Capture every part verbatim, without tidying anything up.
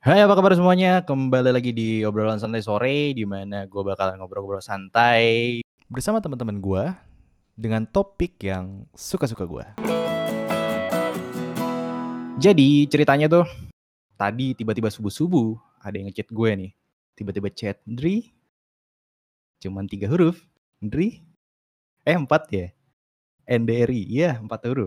Hai, apa kabar semuanya? Kembali lagi di obrolan santai sore, di mana gue bakalan ngobrol-ngobrol santai bersama teman-teman gue dengan topik yang suka-suka gue. Jadi ceritanya tuh tadi tiba-tiba subuh-subuh ada yang ngechat gue nih, tiba-tiba chat, Ndri, cuman tiga huruf, Ndri, eh empat ya, N D R I, iya empat huruf.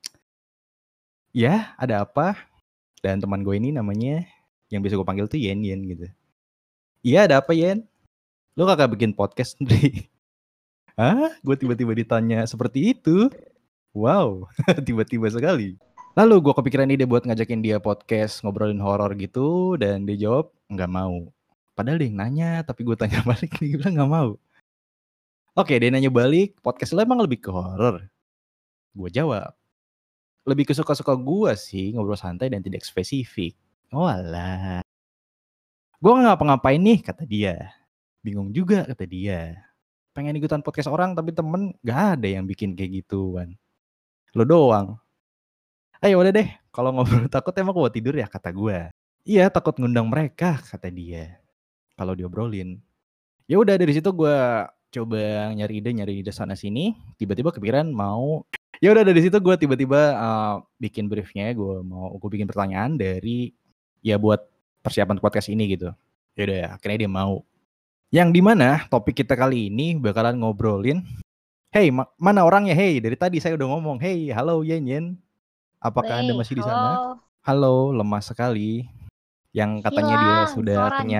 Ya, ada apa? Dan teman gue ini namanya yang biasa gue panggil tuh Yen Yen gitu. Iya, ada apa Yen? Lo kakak bikin podcast, Ndri? Hah? Gue tiba-tiba ditanya seperti itu. Wow, tiba-tiba sekali. Lalu gue kepikiran ide buat ngajakin dia podcast ngobrolin horor gitu, dan dia jawab nggak mau. Padahal dia yang nanya, tapi gue tanya balik, dia bilang nggak mau. Oke, dia nanya balik, podcast lo emang lebih ke horor? Gue jawab, lebih ke suka-suka gue sih, ngobrol santai dan tidak spesifik. Oh alah. Gue nggak ngapa-ngapain nih, kata dia. Bingung juga, kata dia. Pengen ikutan podcast orang, tapi temen gak ada yang bikin kayak gituan. Lo doang. Ayo udah deh, kalau ngobrol takut emang gue tidur ya, kata gue. Iya, takut ngundang mereka, kata dia. Kalau diobrolin. Ya udah dari situ gue coba nyari ide, nyari ide sana sini. Tiba-tiba kepikiran mau. Ya udah dari situ gue tiba-tiba uh, bikin briefnya. Gue mau gue bikin pertanyaan dari ya buat persiapan podcast ini gitu. Ya udah, akhirnya dia mau. Yang dimana topik kita kali ini bakalan ngobrolin. Hey, ma- mana orangnya? Hey, dari tadi saya udah ngomong. Hey, halo Yen Yen. Apakah Anda Nih, masih di sana? halo. Halo, lemah sekali. Yang katanya dia Hilang sudah suaranya. kena,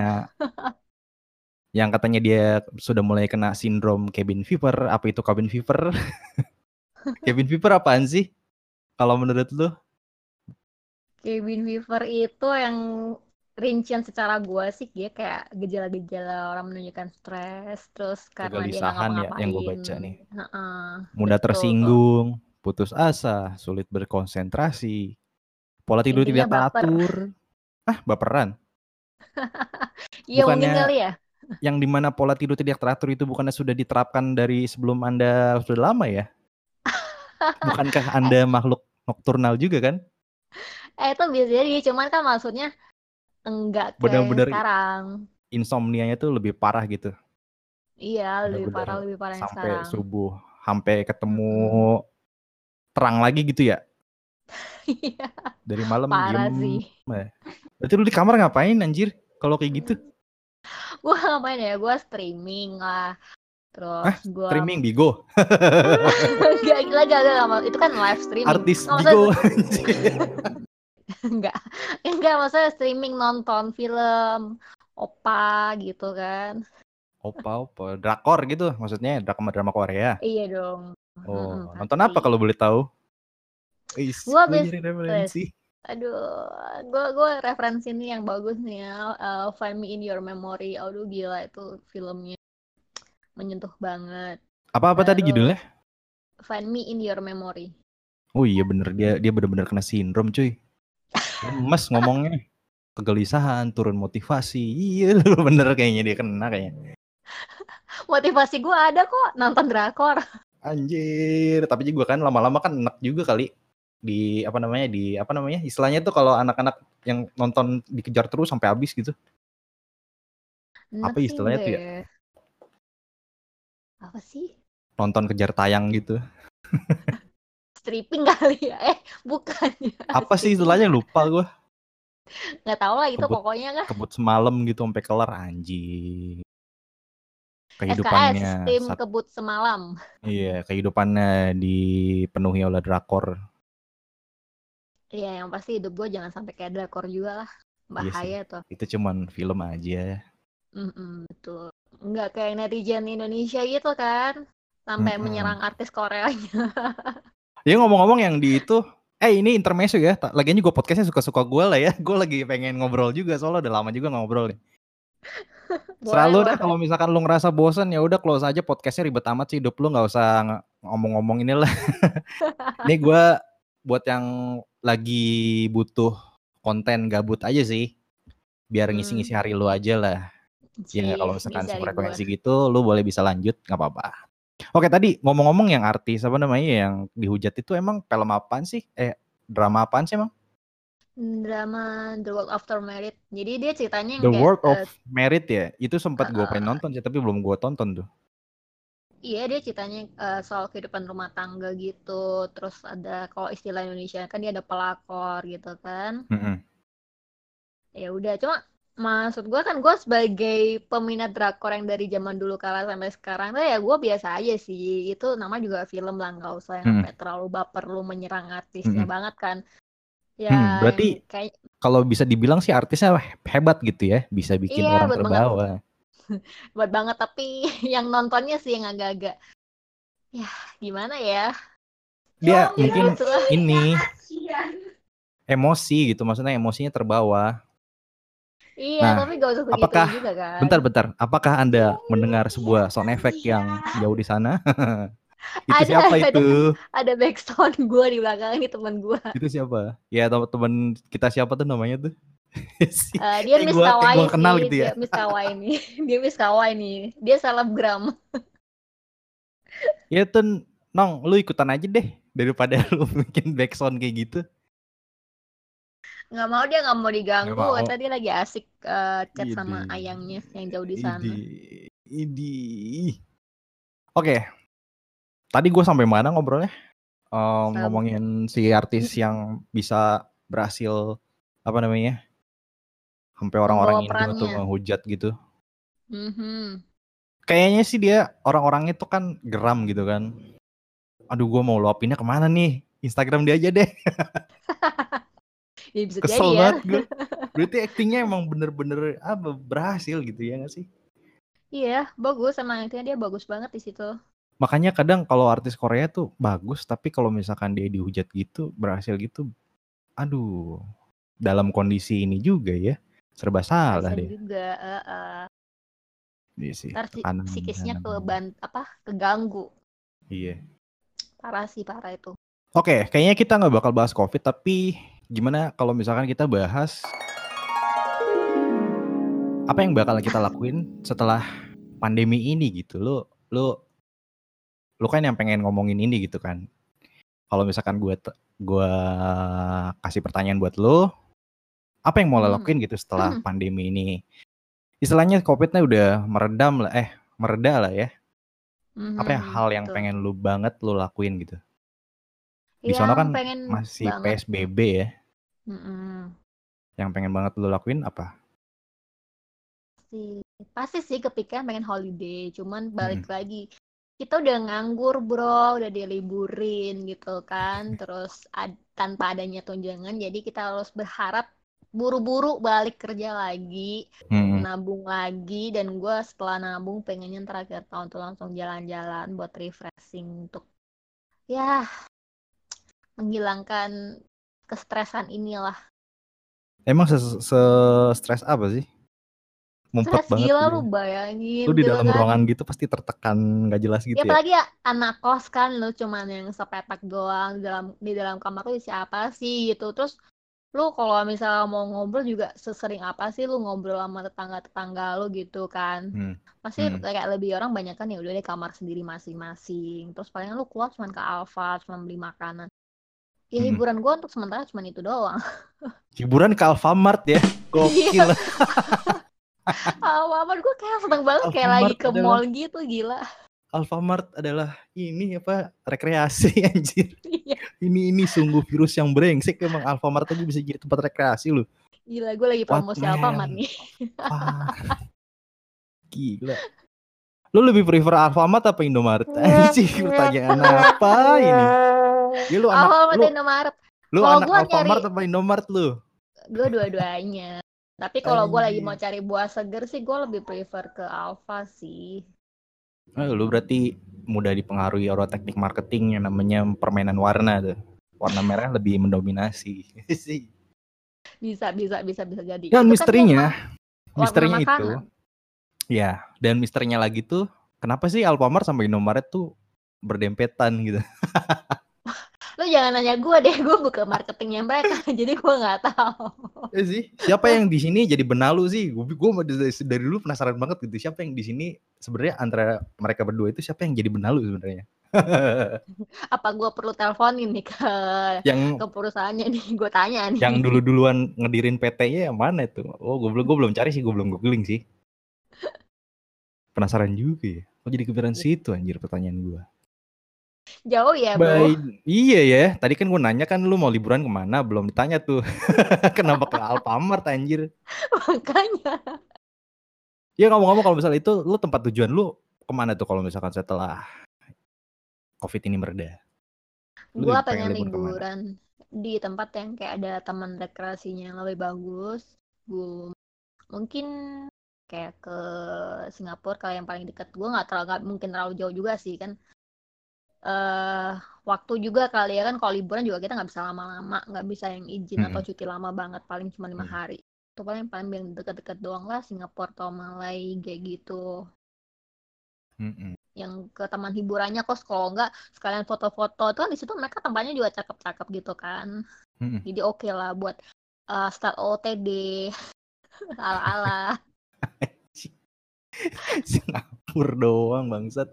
yang katanya dia sudah mulai kena sindrom cabin fever. Apa itu cabin fever? Cabin fever apaan sih? Kalau menurut lu? Cabin fever itu yang rincian secara gua sih dia kayak gejala-gejala orang menunjukkan stres terus karena dia nggak Kegelisahan ya yang gue ngapa-ngapain. baca nih. Heeh, Mudah betul tuh. tersinggung, putus asa, sulit berkonsentrasi, pola tidur Intinya tidak baper. teratur. Ah, baperan. Iya mungkin Bukannya kali ya. yang dimana pola tidur tidak teratur itu bukannya sudah diterapkan dari sebelum Anda sudah lama ya? Bukankah Eh, Anda makhluk nokturnal juga kan? eh itu bisa jadi, cuman kan maksudnya enggak kayak yang Benar-benar sekarang. insomnianya tuh lebih parah gitu. Iya, lebih parah, Benar-benar lebih parah yang sampai sekarang. subuh, sampai ketemu Mm-mm. terang lagi gitu ya. Iya, Dari malam parah diem. sih. Eh. Berarti lu di kamar ngapain anjir? Kalau kayak gitu? Gue ngapain ya? Gue streaming lah. Ah, Terus gue streaming Bigo. Gak, gak, gak, gak, itu kan live streaming. Artis Nggak, maksudnya Bigo anjir. enggak, enggak, maksudnya streaming nonton film opa gitu kan. Opa, opa, drakor gitu maksudnya, drama-drama Korea. Iya dong. Mm-mm, Oh, nonton pasti. apa kalau boleh tahu? Wis, Gue gue habis nyari wes, referensi. aduh, gue gue referensi ini yang bagus nih ya. Uh, Find Me in Your Memory. Aduh gila itu filmnya menyentuh banget. Apa-apa tadi Terus judulnya? Find Me in Your Memory. Oh iya bener, dia dia bener-bener kena sindrom cuy. Lemes ngomongnya. Kegelisahan, turun motivasi. Iya lu bener kayaknya dia kena kayaknya. Motivasi gue ada kok nonton drakor. Anjir, tapi juga kan lama-lama kan enak juga kali di apa namanya di apa namanya istilahnya tuh kalau anak-anak yang nonton dikejar terus sampai habis gitu. Enak Apa sih istilahnya enggak tuh ya? ya? Apa sih? Nonton kejar tayang gitu. Stripping kali ya? Eh, bukan ya. Apa sih Stripping istilahnya mah lupa gue. nggak tahu lah itu Kebut pokoknya kan. kebut semalam gitu sampai kelar anjir. S K S, Kehidupannya tim sat, kebut semalam. iya, kehidupannya dipenuhi oleh drakor. Iya, yang pasti hidup gue jangan sampai kayak drakor juga lah. Iya sih. Bahaya tuh. Itu cuman film aja. Mm-mm, betul. Nggak kayak netizen Indonesia gitu kan. Sampai Mm-mm. menyerang artis Koreanya. Ya ngomong-ngomong yang di itu, eh ini intermezzo ya. Lagian juga podcastnya suka-suka gue lah ya. Gue lagi pengen ngobrol juga soalnya udah lama juga ngobrol nih. Boleh, Selalu deh boleh. kalau misalkan lu ngerasa bosan ya udah close aja podcastnya, ribet amat sih hidup lu, nggak usah ngomong-ngomong inilah. Ini gue buat yang lagi butuh konten gabut aja sih, biar Hmm, ngisi-ngisi hari lu aja lah. Ya nggak, Cih, kalau misalkan bisa di gue. sefrekuensi gitu, lu boleh bisa lanjut, nggak apa-apa. Oke, tadi ngomong-ngomong yang artis apa namanya yang dihujat itu emang film apaan sih? Eh, drama apaan sih emang? Drama The World After Married. Jadi dia ceritanya yang The kayak World of uh, Merit ya, itu sempat gue uh, pengen nonton sih, tapi belum gue tonton tuh. Iya, dia ceritanya uh, soal kehidupan rumah tangga gitu. Terus ada kalau istilah Indonesia kan dia ada pelakor gitu kan. Mm-mm. Ya udah, cuma maksud gue kan gue sebagai peminat drakor yang dari zaman dulu kala sampai sekarang tuh ya gue biasa aja sih. Itu nama juga film lah, nggak usah yang Mm-mm. sampai terlalu baper lu menyerang artisnya Mm-mm. banget kan. Hmm, Ya yang berarti kayak kalau bisa dibilang sih artisnya hebat gitu ya, bisa bikin iya orang buat banget, terbawa. buat banget tapi yang nontonnya sih yang agak-agak ya gimana ya. Dia Ya mungkin gitu lah. ini emosi gitu, maksudnya emosinya terbawa. Iya, Nah, tapi gak usah segitunya apakah juga kan. bentar-bentar, apakah Anda mendengar sebuah sound effect yang jauh di sana? Itu Ada siapa ada itu? ada backsound gue di belakang ini teman gue. Itu siapa? Ya teman-teman kita siapa tuh namanya tuh? Si- Uh, dia kayak Miss gua kayak gua Kawaii kenal sih, gitu ya. dia Miss Kawaii nih. Dia Miss Kawaii nih. Dia selebgram. Ya tuh, Nong, lu ikutan aja deh daripada lu bikin backsound kayak gitu. Nggak mau, dia nggak mau Nggak diganggu. mau. Tadi lagi asik uh, chat sama Idi, ayangnya yang jauh di idi, sana. idi. Oke, tadi gue sampai mana ngobrolnya? Um, Um, ngomongin si artis yang bisa berhasil apa namanya? Sampai membawa orang-orang Indo tuh perannya. ngehujat gitu. Mhm. Kayaknya sih dia orang-orangnya tuh kan geram gitu kan. Aduh, gue mau luapinnya kemana nih? Instagram dia aja deh. Ya bisa jadi Kesel ya. banget gue. Berarti aktingnya emang bener-bener apa berhasil gitu ya nggak sih? Iya, bagus, sama aktingnya dia bagus banget di situ. Makanya kadang kalau artis Korea tuh bagus, tapi kalau misalkan dia dihujat gitu, berhasil gitu, aduh, dalam kondisi ini juga ya, serba salah Kasian deh. juga. Uh, uh. Iya sih, Ntar tekanan, psikisnya tekanan. ke ban apa keganggu. Iya. Parah sih, parah itu. Oke, kayaknya kita nggak bakal bahas COVID, tapi gimana kalau misalkan kita bahas apa yang bakal kita lakuin setelah pandemi ini gitu. Lu, lu, lu kan yang pengen ngomongin ini gitu kan. Kalau misalkan gue gue kasih pertanyaan buat lu, apa yang mau lo Hmm. lakuin gitu setelah pandemi ini? Istilahnya COVID-nya udah meredam lah, eh mereda lah ya. Mm-hmm, Apa ya hal yang betul. pengen lu banget lu lakuin gitu? Di Yang sono kan pengen masih banget. P S B B ya. Mm-mm. Yang pengen banget lu lakuin apa? Pasti, pasti sih kepikiran pengen holiday. Cuman balik Mm-mm. lagi, kita udah nganggur bro, udah diliburin gitu kan. Terus ad- tanpa adanya tunjangan, jadi kita harus berharap buru-buru balik kerja lagi, Mm-mm. nabung lagi. Dan gue setelah nabung pengennya terakhir tahun tuh langsung jalan-jalan buat refreshing untuk ya menghilangkan kestresan inilah. Emang se-stres apa sih? Mumpet Stres banget gila gitu. lu bayangin Lu di gitu dalam kan. ruangan gitu pasti tertekan gak jelas gitu Ya ya. apalagi ya anak kos kan, lu cuman yang sepetak doang di dalam di dalam kamar lu siapa sih gitu. Terus lu kalau misalnya mau ngobrol juga sesering apa sih lu ngobrol sama tetangga-tetangga lu gitu kan. Hmm. Pasti Hmm. kayak lebih orang banyak kan ya udah di kamar sendiri masing-masing. Terus paling lu keluar cuman ke Alfa, cuman beli makanan. Ya Hmm. hiburan gua untuk sementara cuman itu doang. Hiburan ke Alfamart ya. Gokil. Alfamart gue kayak seneng banget kayak lagi Alfamart ke adalah mall gitu, gila. Alfamart adalah ini apa rekreasi anjir. Iya. Ini ini sungguh virus yang brengsek emang Alfamart aja bisa jadi tempat rekreasi lu. Gila, gue lagi What promosi Alfamart man? nih. Wah, gila. Lu lebih prefer Alfamart apa Indomaret? Anjir, pertanyaan apa ini? Ya lu anak Alfamart lu Indomaret. lu Kalau anak gue Alfamart nyari, apa Indomaret lu? gue dua-duanya. Tapi kalau gue lagi mau Anjir. cari buah seger sih, gue lebih prefer ke Alfa sih. Oh, lu berarti mudah dipengaruhi oleh teknik marketing yang namanya permainan warna tuh. Warna merah lebih mendominasi. Sih. Bisa, bisa, bisa, bisa jadi. Dan Itu kan dia misterinya, warna misterinya itu, makanan. ya, dan misterinya lagi tuh, kenapa sih Alfamart sampai Indomaret tuh berdempetan gitu? Lu jangan nanya gue deh, gue buka marketingnya mereka, jadi gue nggak tahu. Ya sih, siapa yang di sini jadi benalu sih? Gue gue dari, dari dulu penasaran banget gitu. Siapa yang di sini sebenarnya antara mereka berdua itu siapa yang jadi benalu sebenarnya? Apa gue perlu teleponin nih ke Yang ke perusahaannya nih, gue tanya nih. yang dulu-duluan ngedirin P T-nya yang mana itu? Oh, gue belum gue belum cari sih, gue belum googling sih. Penasaran juga ya. Kok jadi kepikiran situ anjir pertanyaan gue. Jauh ya bro. Baik, iya ya. Tadi kan gue nanya kan lu mau liburan kemana, belum ditanya tuh. Kenapa ke Alfamart anjir? Makanya. Ya ngomong-ngomong kalau misalnya itu, lu tempat tujuan lu kemana tuh kalau misalkan setelah COVID ini mereda? Lu Gue li- pengen pengen libur kemana? liburan di tempat yang kayak ada taman rekreasinya yang lebih bagus. Gue mungkin kayak ke Singapura kalau yang paling dekat. Gue nggak terlalu nggak mungkin terlalu jauh juga sih kan. eh Waktu juga kali ya kan, kalau liburan juga kita nggak bisa lama-lama, nggak bisa yang izin atau Mm-mm. cuti lama banget, paling cuma lima Iya. hari. Itu paling paling yang dekat-dekat doang lah, Singapura atau Malai kayak gitu. Mm-mm. Yang ke taman hiburannya kos, kalau nggak sekalian foto-foto tuh kan di situ mereka tempatnya juga cakep-cakep gitu kan. Mm-mm. Jadi oke okay lah buat uh, start O T D ala-ala. Singapura doang bangsat.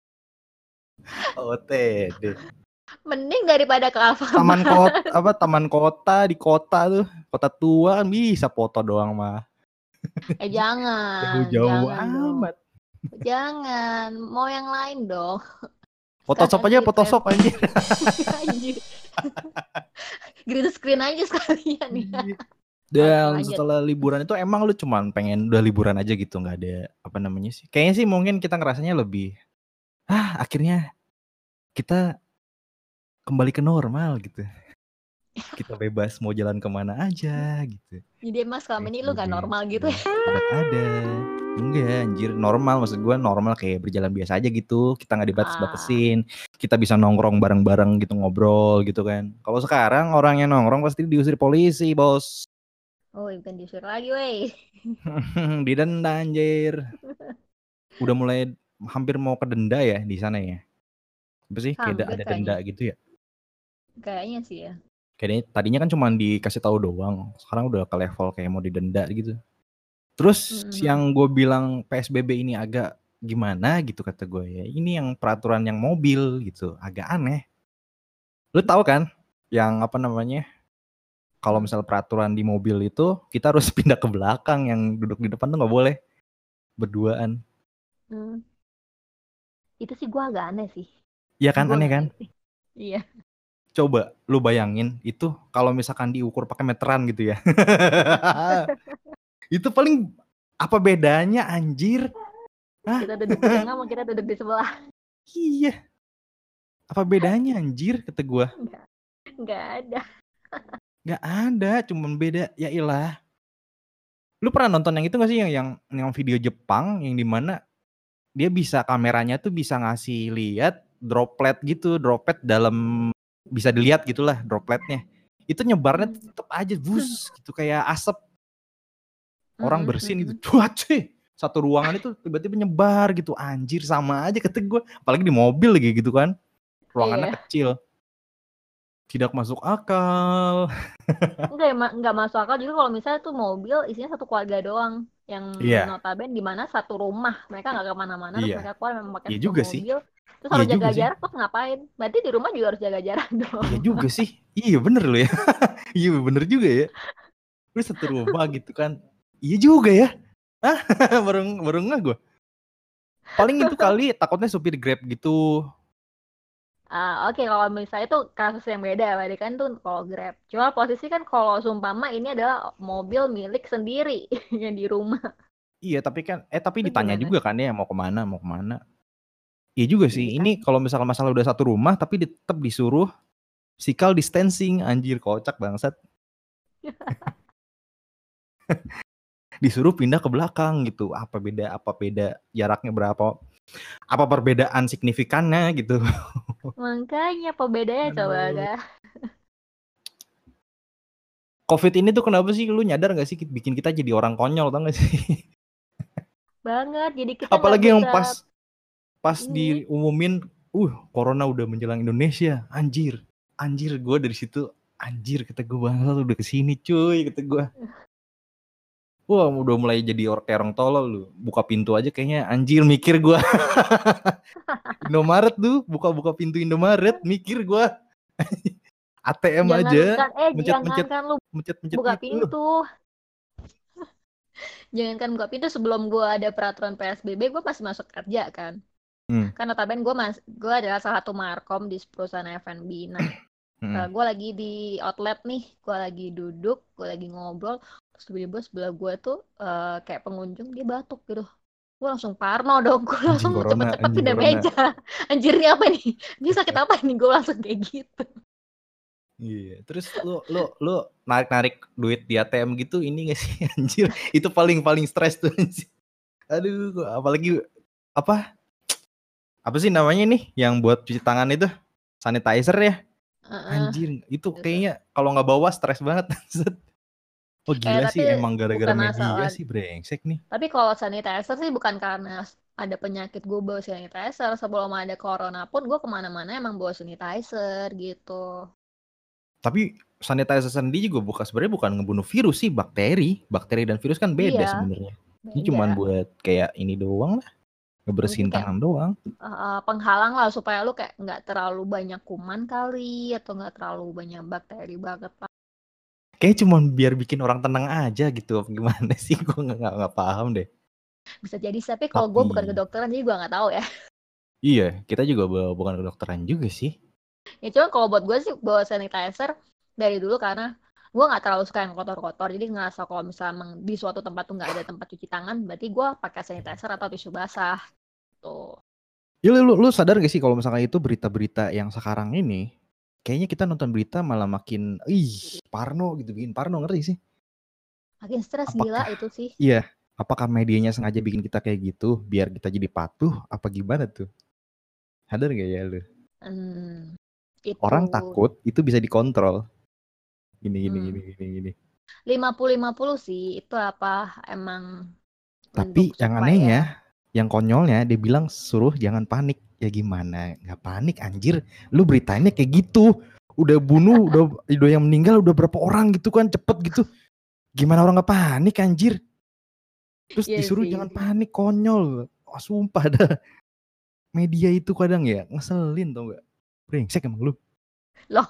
O T D. Mending daripada ke Taman Alfamart. kota apa taman kota di kota tuh, kota tua kan bisa foto doang mah. Eh jangan, Jauh-jauh jangan dong. amat. Jangan, mau yang lain dong. Photoshop aja Kasih Photoshop travel. anjir. Anjir. Green screen aja sekalian ya. Iya. Oke, Dan lanjut. setelah liburan itu emang lu cuman pengen udah liburan aja gitu, nggak ada apa namanya sih? Kayaknya sih mungkin kita ngerasanya lebih, ah akhirnya kita kembali ke normal gitu. Kita bebas mau jalan kemana aja gitu. Jadi emang selama ini lu gak P S B B normal gitu ya? tetap ada. Enggak anjir, normal maksud gue normal kayak berjalan biasa aja gitu. Kita nggak Ah, dibatas-batasin. Kita bisa nongkrong bareng-bareng gitu, ngobrol gitu kan. Kalau sekarang orang yang nongkrong pasti diusir polisi, Bos. oh bukan diusir lagi wey. Didenda anjir. Udah mulai hampir mau ke denda ya di sana ya. Apa sih? Kayak Hampir ada denda kayaknya. gitu ya. Kayaknya sih ya. Kayaknya tadinya kan cuma dikasih tahu doang. Sekarang udah ke level kayak mau didenda gitu. Terus Mm-hmm. yang gue bilang P S B B ini agak gimana gitu kata gue ya. Ini yang peraturan yang mobil gitu. Agak aneh. Lu tahu kan yang apa namanya? Kalau misal peraturan di mobil itu kita harus pindah ke belakang, yang duduk di depan tuh nggak boleh berduaan. Hmm. Itu sih gue agak aneh sih. Iya kan, Gue aneh gak kan? ngerti. Iya. Coba lu bayangin itu kalau misalkan diukur pakai meteran gitu ya. Itu paling apa bedanya anjir? Hah? Kita duduk di tengah, mau kita duduk di sebelah. Iya. Apa bedanya anjir kata gue? Enggak. Enggak ada. Gak ada, cuman beda. Ya ilah. Lu pernah nonton yang itu gak sih yang yang, yang video Jepang yang dimana dia bisa kameranya tuh bisa ngasih lihat droplet gitu, droplet dalam bisa dilihat gitulah dropletnya. Itu nyebarnya Hmm. tetap aja bus gitu kayak asap. Orang Mm-mm, bersin mm-mm. gitu. Cuat sih. Satu ruangan itu tiba-tiba nyebar gitu. Anjir sama aja kata gue. Apalagi di mobil lagi gitu kan. Ruangannya Iya. kecil. Tidak masuk akal. Enggak, ma- enggak masuk akal juga kalau misalnya tuh mobil isinya satu keluarga doang. Yang Iya. notabene di mana satu rumah. Mereka nggak kemana-mana, terus Iya. mereka keluar memang pakai Iya satu juga sih. mobil. Terus Iya harus juga jaga sih. jarak, terus ngapain? Berarti di rumah juga harus jaga jarak dong. Iya juga sih. Iya bener loh ya. Iya bener juga ya. Lu satu rumah gitu kan. Iya juga ya. Hah? baru baru nggak gue. Paling itu kali takutnya supir Grab gitu. Ah, oke, kalau misalnya itu kasus yang beda, berarti kan tuh kalau Grab. Cuma posisi kan kalau sumpama ini adalah mobil milik sendiri yang di rumah. Iya tapi kan eh tapi Itu ditanya gimana? juga kan ya mau kemana mau kemana. Iya juga sih. Iya Ini kan? kalau misalnya masalah udah satu rumah tapi tetap disuruh physical distancing, anjir kocak bangsat. Disuruh pindah ke belakang gitu. Apa beda apa beda jaraknya berapa? Apa perbedaan signifikannya gitu. Makanya apa bedanya coba Aduh. kak? Covid ini tuh kenapa sih lu nyadar gak sih bikin kita jadi orang konyol tau gak sih? Banget, jadi kita nggak Apalagi yang bisa pas pas ini. diumumin, uh corona udah menjelang Indonesia, anjir, anjir gue dari situ, anjir kata gue bangsa udah kesini cuy kata gue. Wah udah mulai jadi or- kayak orang tolol lu. Buka pintu aja kayaknya anjir mikir gua. Indomaret tuh, buka-buka pintu Indomaret, mikir gua. A T M aja, Jangankan eh mencet-mencet, jangankan lu mencet-mencet buka itu. pintu. Jangankan buka pintu, sebelum gue ada peraturan P S B B gue masih masuk kerja kan. Hmm. Karena notabene gue mas gue adalah salah satu markom di perusahaan F and B. Nah, Hmm. uh, gue lagi di outlet nih, gue lagi duduk, gue lagi ngobrol, terus tiba-tiba sebelah gue tuh uh, kayak pengunjung dia batuk gitu. Gue langsung parno dong, gue Anjing langsung corona, cepet-cepet anjing pindah corona. meja. Anjir ini apa nih? Ini sakit apa nih? Gue langsung kayak gitu. Iya, terus lu lu lu narik-narik duit di A T M gitu ini gak sih anjir? Itu paling paling stres tuh anjir. Aduh, apalagi apa? Apa sih namanya nih yang buat cuci tangan itu? Sanitizer ya? Uh-uh. Anjir, itu kayaknya kalau nggak bawa stres banget. Oh gila eh, sih, emang gara-gara bukan media masalah. sih brengsek nih. Tapi kalau sanitizer sih bukan karena ada penyakit gue bawa sanitizer. Sebelum ada corona pun gue kemana-mana emang bawa sanitizer gitu. Tapi sanitizer sendiri juga bukan sebenarnya bukan ngebunuh virus sih, bakteri. Bakteri dan virus kan beda Iya, sebenarnya. Ini beda. cuma buat kayak ini doang lah, ngebersihin Mungkin kayak, tangan doang. uh, penghalang lah supaya lu kayak nggak terlalu banyak kuman kali atau nggak terlalu banyak bakteri banget lah. Kayak cuma biar bikin orang tenang aja gitu. Gimana sih? Gue nggak nggak paham deh. Bisa jadi, tapi kalau gue bukan kedokteran jadi gue nggak tahu ya. Iya, kita juga bukan kedokteran juga sih. Ya cuma kalau buat gue sih bawa sanitizer dari dulu karena gue nggak terlalu suka yang kotor-kotor. Jadi ngerasa kalau misalnya di suatu tempat tuh nggak ada tempat cuci tangan, berarti gue pakai sanitizer atau tisu basah. Tuh. Ya lu, lu sadar gak sih kalau misalkan itu berita-berita yang sekarang ini, kayaknya kita nonton berita malah makin, ih, parno gitu, bikin parno, ngerti sih? Makin stres Apakah, gila itu sih. Iya, apakah medianya sengaja bikin kita kayak gitu, biar kita jadi patuh, apa gimana tuh? Sadar gak ya lu? Hmm, itu. Orang takut, itu bisa dikontrol. Gini, gini, Hmm. gini, gini, gini. lima puluh lima puluh sih, itu apa, emang. Tapi yang supaya... anehnya, yang konyolnya dia bilang suruh jangan panik. Ya gimana? Gak panik anjir. Lu beritanya kayak gitu. Udah bunuh, udah, udah yang meninggal udah berapa orang gitu kan, cepet gitu. Gimana orang gak panik anjir? Terus yeah, disuruh sih. jangan panik, konyol. Oh, sumpah dah. Media itu kadang ya ngeselin tau gak? Brengsek emang lu. Loh.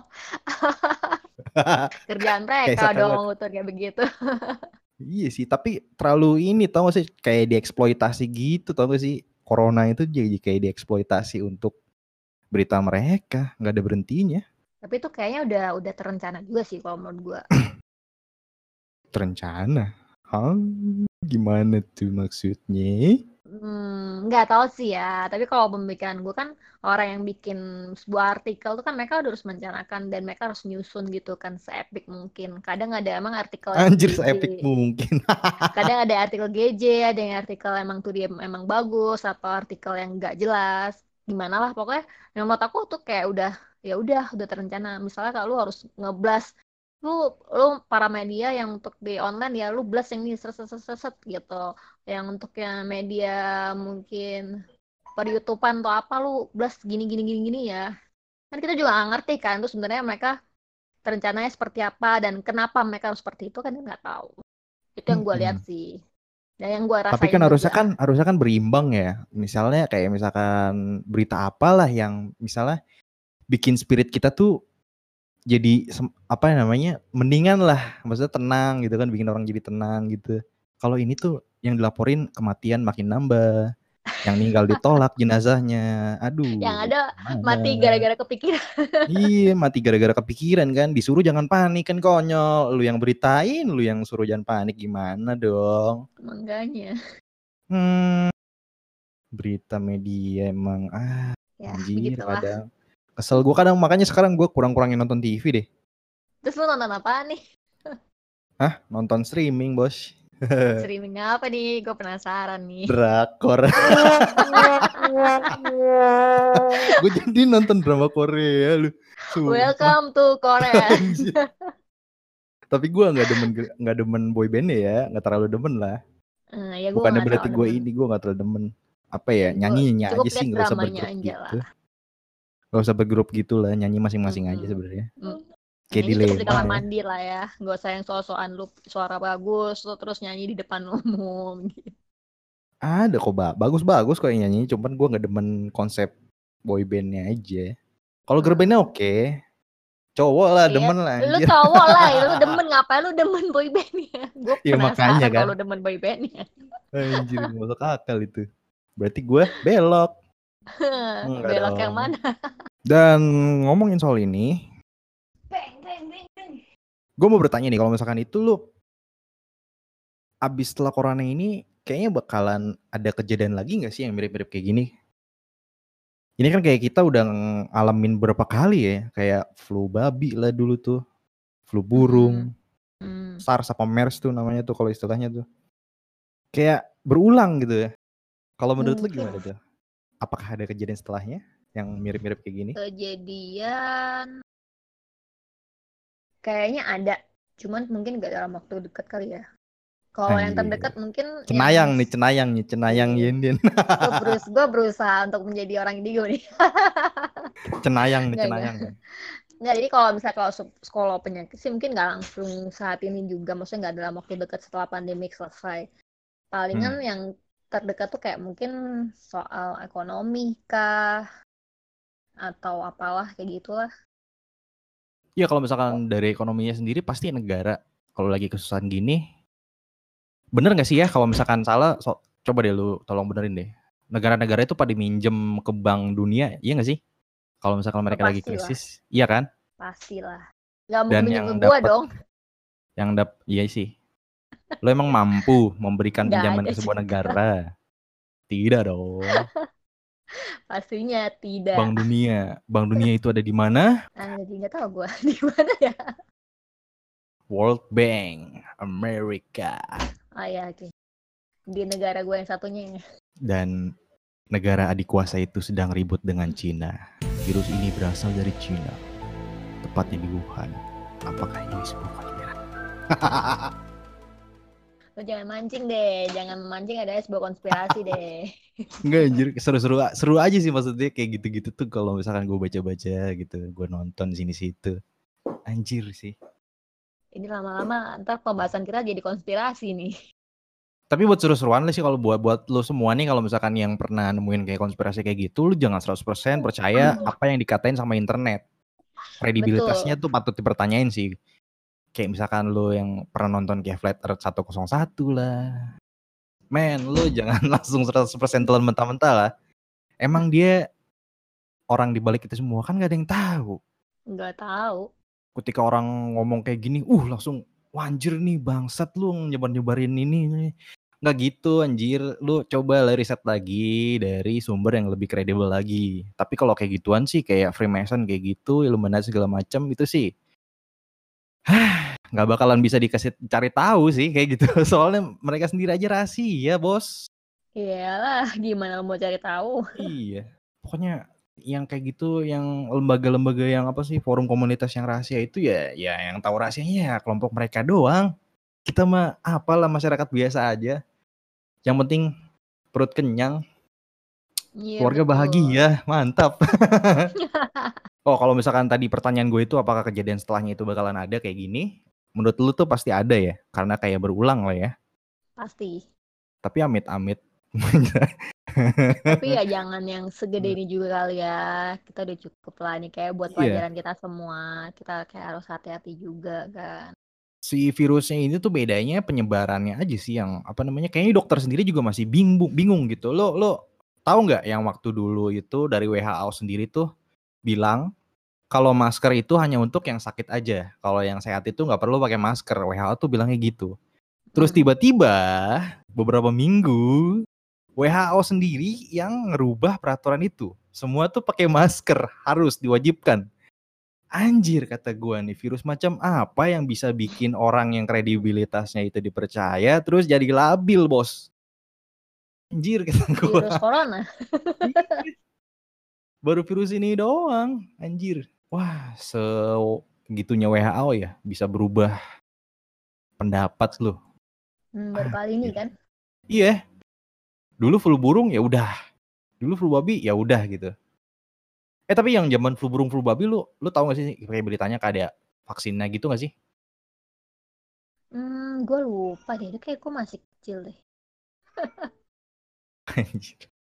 Kerjaan mereka dong ngutur kayak begitu. Iya sih, tapi terlalu ini tau gak sih, kayak dieksploitasi gitu tau gak sih. Corona itu jadi kayak dieksploitasi untuk berita mereka, nggak ada berhentinya. Tapi itu kayaknya udah udah terencana juga sih kalau menurut gue. Terencana? Hah? Gimana tuh maksudnya? Hmm, nggak tahu sih ya. Tapi kalau pemikiran gue kan orang yang bikin sebuah artikel tuh kan mereka udah harus merencanakan dan mereka harus nyusun gitu kan seepik mungkin. Kadang ada emang artikel yang Anjir G J. seepik mungkin. Kadang ada artikel G J, ada yang artikel emang tuh dia emang bagus atau artikel yang nggak jelas. Gimana lah pokoknya. Yang menurut aku tuh kayak udah ya udah udah terencana. Misalnya kalau lu harus ngeblas lu lu para media yang untuk di online ya lu blast yang ini set set set set gitu. Yang untuk yang media mungkin per YouTubean atau apa lu blast gini gini gini gini ya. Kan kita juga nggak ngerti kan tuh sebenarnya mereka rencananya seperti apa dan kenapa mereka harus seperti itu kan nggak tahu. Itu yang gue lihat sih. Dan yang gue rasain Tapi kan harusnya juga. kan harusnya kan berimbang ya. Misalnya kayak misalkan berita apalah yang misalnya bikin spirit kita tuh jadi apa namanya mendingan lah, maksudnya tenang gitu kan, bikin orang jadi tenang gitu. Kalau ini tuh yang dilaporin kematian makin nambah, yang meninggal ditolak jenazahnya, aduh. Yang ada gimana? Mati gara-gara kepikiran. Iya, mati gara-gara kepikiran kan, disuruh jangan panik kan konyol. Lu yang beritain, lu yang suruh jangan panik, gimana dong? Makanya. Hmm, berita media emang ah Ya, anjir begitulah. kadang. Kesel gue kadang, makanya sekarang gue kurang-kurangin nonton T V deh. Terus lu nonton apa nih? Hah? Nonton streaming bos. Streaming apa nih? Gue penasaran nih. Drakor. Gue jadi nonton drama Korea lu. Sumpah. Welcome to Korea. Tapi gue nggak demen nggak demen boybandnya ya, nggak terlalu demen lah. Uh, ya bukannya berarti gue ini gue nggak terlalu demen. Apa ya, nyanyinya aja sih, nggak usah bergrup gitu. Gak usah bergrup gitu lah, nyanyi masing-masing hmm. aja sebenarnya. Hmm. Kayak Nyanyi cukup di dilema kamar ya. mandi lah ya. Gak usah yang soal-soal lu suara bagus lu terus nyanyi di depan umum gitu. Ada kok, Mbak. Bagus-bagus kok yang nyanyi, cuman gue nggak demen konsep boybandnya aja. Kalau girl bandnya Hmm. oke. Cowok lah, Iya, demen lah lu anjir. cowok lah, ya, lu demen ngapain lu demen boybandnya? Gue Ya makanya penasaran kan. kalau lu demen boybandnya. Anjir, gak masuk akal itu. Berarti gue belok. Enggak Belok yang dong. mana? Dan ngomongin soal ini, Beng, beng, beng, beng. gue mau bertanya nih, kalau misalkan itu lu abis setelah corona ini, kayaknya bakalan ada kejadian lagi nggak sih yang mirip-mirip kayak gini? Ini kan kayak kita udah ngalamin berapa kali ya, kayak flu babi lah dulu tuh, flu burung, Hmm. SARS apa MERS tuh namanya tuh kalau istilahnya tuh. Kayak berulang gitu ya. Kalau menurut lu Mungkin gimana tuh? Apakah ada kejadian setelahnya yang mirip-mirip kayak gini? kejadian kayaknya ada, cuman mungkin gak dalam waktu dekat kali ya. Kalau yang Anjir. terdekat mungkin Cenayang yang nih, cenayang nih, cenayang Iya. Yenden. gue berus gue berusaha untuk menjadi orang indigo nih. Cenayang nih, Nggak, cenayang. Nggak, jadi kalau misalnya kalau se- sekolah penyakit sih mungkin nggak langsung saat ini juga, maksudnya nggak dalam waktu dekat setelah pandemi selesai. Palingan Hmm. yang terdekat tuh kayak mungkin soal ekonomi kah atau apalah kayak gitulah. Iya, kalau misalkan dari ekonominya sendiri pasti negara kalau lagi kesusahan gini, bener nggak sih ya kalau misalkan salah, so, coba deh lu tolong benerin deh. Negara-negara itu pada minjem ke bank dunia, iya nggak sih? Kalau misalkan mereka Oh, lagi pastilah. krisis, iya kan? Pastilah. Nggak Dan mungkin minjem yang ke gua dapat, dong. yang dap, iya sih. Lo emang mampu memberikan Nggak pinjaman ada ke sebuah juga. negara? Tidak dong. Pastinya tidak. Bank dunia, bank dunia itu ada di mana? Ah, jadi nggak tahu gua di mana ya. World Bank, Amerika. Oh ya, oke. Di negara gua yang satunya ya. Dan negara adik kuasa itu sedang ribut dengan Cina. Virus ini berasal dari Cina, tepatnya di Wuhan. Apakah ini sebuah konspirasi? Lo jangan mancing deh, jangan memancing ada sebuah konspirasi deh. Enggak anjir, seru-seru seru aja sih maksudnya kayak gitu-gitu tuh kalau misalkan gue baca-baca gitu, gue nonton sini-situ. Anjir sih. Ini lama-lama ntar pembahasan kita jadi konspirasi nih. Tapi buat seru-seruan lah sih kalau buat buat lo semua nih, kalau misalkan yang pernah nemuin kayak konspirasi kayak gitu, lu jangan seratus persen percaya apa yang dikatain sama internet. Kredibilitasnya tuh patut dipertanyain sih. Kayak misalkan lo yang pernah nonton kayak Flat Earth seratus satu lah. Men, lo jangan langsung seratus persen telan mentah-mentah lah. Emang dia orang di balik itu semua kan gak ada yang tahu. Nggak tahu. Ketika orang ngomong kayak gini, uh langsung wanjir nih bangsat lu nyebar-nyebarin ini. Nggak gitu anjir, lu coba lah riset lagi dari sumber yang lebih kredibel lagi. Tapi kalau kayak gituan sih kayak Freemason kayak gitu, Illuminati segala macam itu sih nggak bakalan bisa dikasih cari tahu sih kayak gitu. Soalnya mereka sendiri aja rahasia, bos. Iyalah, gimana lo mau cari tahu? Iya, pokoknya yang kayak gitu, yang lembaga-lembaga yang apa sih, forum komunitas yang rahasia itu ya, ya yang tahu rahasianya ya kelompok mereka doang. Kita mah apalah masyarakat biasa aja. Yang penting perut kenyang, Iya, keluarga betul. bahagia, mantap. Oh, kalau misalkan tadi pertanyaan gue itu apakah kejadian setelahnya itu bakalan ada kayak gini? Menurut lu tuh pasti ada ya, karena kayak berulang lah ya. Pasti. Tapi amit-amit. Tapi ya jangan yang segede ini juga kali ya. Kita udah cukup lah nih kayak buat pelajaran Iya. kita semua. Kita kayak harus hati-hati juga kan. Si virusnya ini tuh bedanya penyebarannya aja sih yang apa namanya, kayaknya dokter sendiri juga masih bingung bingung gitu. Lo lo tahu nggak yang waktu dulu itu dari W H O sendiri tuh bilang kalau masker itu hanya untuk yang sakit aja. Kalau yang sehat itu nggak perlu pakai masker. W H O tuh bilangnya gitu. Terus Hmm. tiba-tiba beberapa minggu W H O sendiri yang ngerubah peraturan itu. Semua tuh pakai masker, harus diwajibkan. Anjir kata gue nih, virus macam apa yang bisa bikin orang yang kredibilitasnya itu dipercaya terus jadi labil, bos? Anjir kata gue. Virus corona. Baru virus ini doang, anjir. Wah, segitunya W H O ya bisa berubah pendapat lu. Hmm, baru kali ini kan. Iya. Dulu flu burung ya udah. Dulu flu babi ya udah gitu. Eh tapi yang zaman flu burung flu babi lu lu tahu gak sih kayak beritanya kayak vaksinnya gitu gak sih? Hmm, gue lupa deh. Itu kayak gue masih kecil deh. Anjir.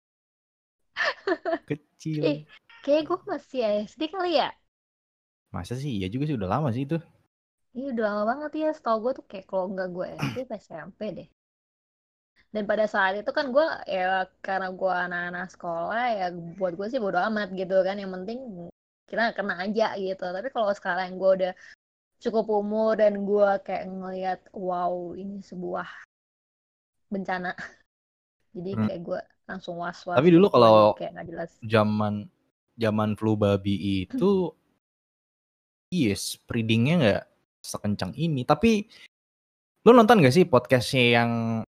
Kecil. Eh, kayak gue masih S D kali ya. Masa sih? Iya juga sih, udah lama sih itu. Iya udah lama banget ya. Setahu gue tuh kayak kalau nggak gue S D pas S M P deh. Dan pada saat itu kan gue ya karena gue anak-anak sekolah ya buat gue sih bodo amat gitu kan. Yang penting kita kena aja gitu. Tapi kalau sekarang gue udah cukup umur dan gue kayak ngelihat wow ini sebuah bencana. Jadi Hmm. kayak gue langsung was-was. Tapi dulu gitu. Jadi kalau kayak nggak jelas. zaman zaman flu babi itu yes, spreadingnya nggak sekencang ini. Tapi lu nonton gak sih podcastnya yang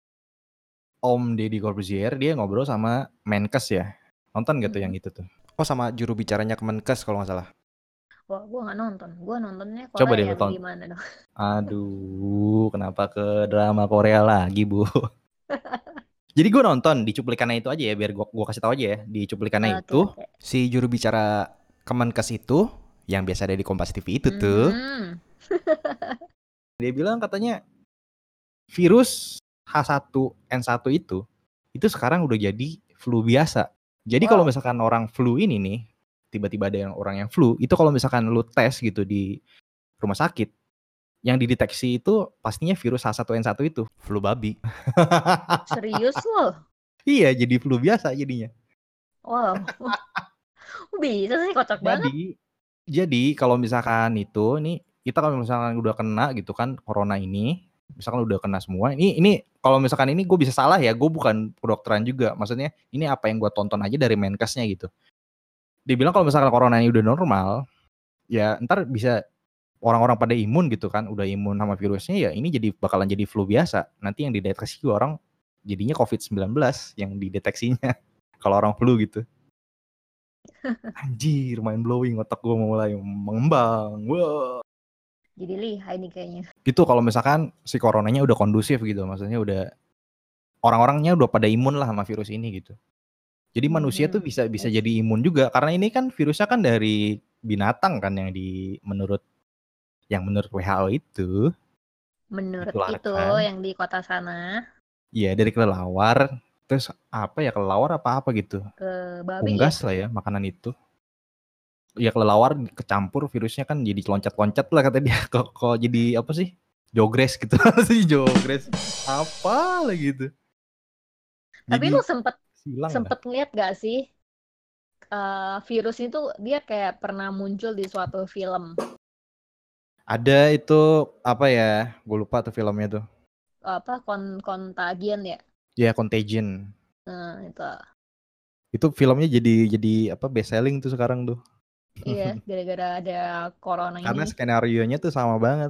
Om Deddy Corbuzier, dia ngobrol sama Menkes ya? Nonton gak tuh yang itu tuh? Oh, sama juru bicaranya Kemenkes kalau nggak salah. Wah, gue nggak nonton. Gue nontonnya Coba Korea deh lu yang tonton. gimana dong? Aduh, kenapa ke drama Korea lagi, Bu? Jadi gue nonton di cuplikannya itu aja ya, biar gue gua kasih tahu aja ya. Di cuplikannya Oke, itu, oke. si juru bicara Kemenkes itu, yang biasa ada di Kompas T V itu tuh, Hmm. dia bilang katanya virus H satu N satu itu, itu sekarang udah jadi flu biasa. Jadi kalau Wow. misalkan orang flu ini nih, tiba-tiba ada yang orang yang flu, itu kalau misalkan lu tes gitu di rumah sakit, yang dideteksi itu pastinya virus H satu N satu itu, flu babi. Serius loh? Iya, jadi flu biasa jadinya. Wow. Bisa sih, kocak banget. Jadi, jadi kalau misalkan itu, nih kita kalau misalkan udah kena gitu kan corona ini, misalkan udah kena semua, ini ini kalau misalkan ini gue bisa salah ya, gue bukan kedokteran juga, maksudnya ini apa yang gue tonton aja dari Menkesnya gitu. Dia bilang kalau misalkan corona ini udah normal, ya ntar bisa orang-orang pada imun gitu kan, udah imun sama virusnya, ya ini jadi bakalan jadi flu biasa. Nanti yang dideteksi orang jadinya covid sembilan belas yang dideteksinya kalau orang flu gitu. Anjir, mind blowing, otak gue mulai mengembang. Wow. Jadi lihai nih kayaknya. Gitu kalau misalkan si coronanya udah kondusif gitu, maksudnya udah orang-orangnya udah pada imun lah sama virus ini gitu. Jadi Hmm, manusia tuh bisa bisa I jadi see. imun juga karena ini kan virusnya kan dari binatang kan yang di menurut yang menurut W H O itu Menurut itu ditularkan. yang di kota sana Iya, dari kelelawar. Terus apa ya, kelelawar apa apa gitu. ke babi ya. Unggas lah ya makanan itu. Ya kelelawar kecampur virusnya kan jadi loncat-loncat lah kata dia. Kok kok jadi apa sih? Jogres gitu sih, jogres. Apa lah gitu. Tapi Jadi lu sempet silang lah. sempet ngeliat gak sih uh, virus itu dia kayak pernah muncul di suatu film. Ada itu apa ya? Gue lupa tuh filmnya tuh. Apa kon Contagion ya? Ya, Contagion. Nah, itu. Itu filmnya jadi jadi apa best selling tuh sekarang tuh. Iya, gara-gara ada corona Karena ini. skenario-nya tuh sama banget.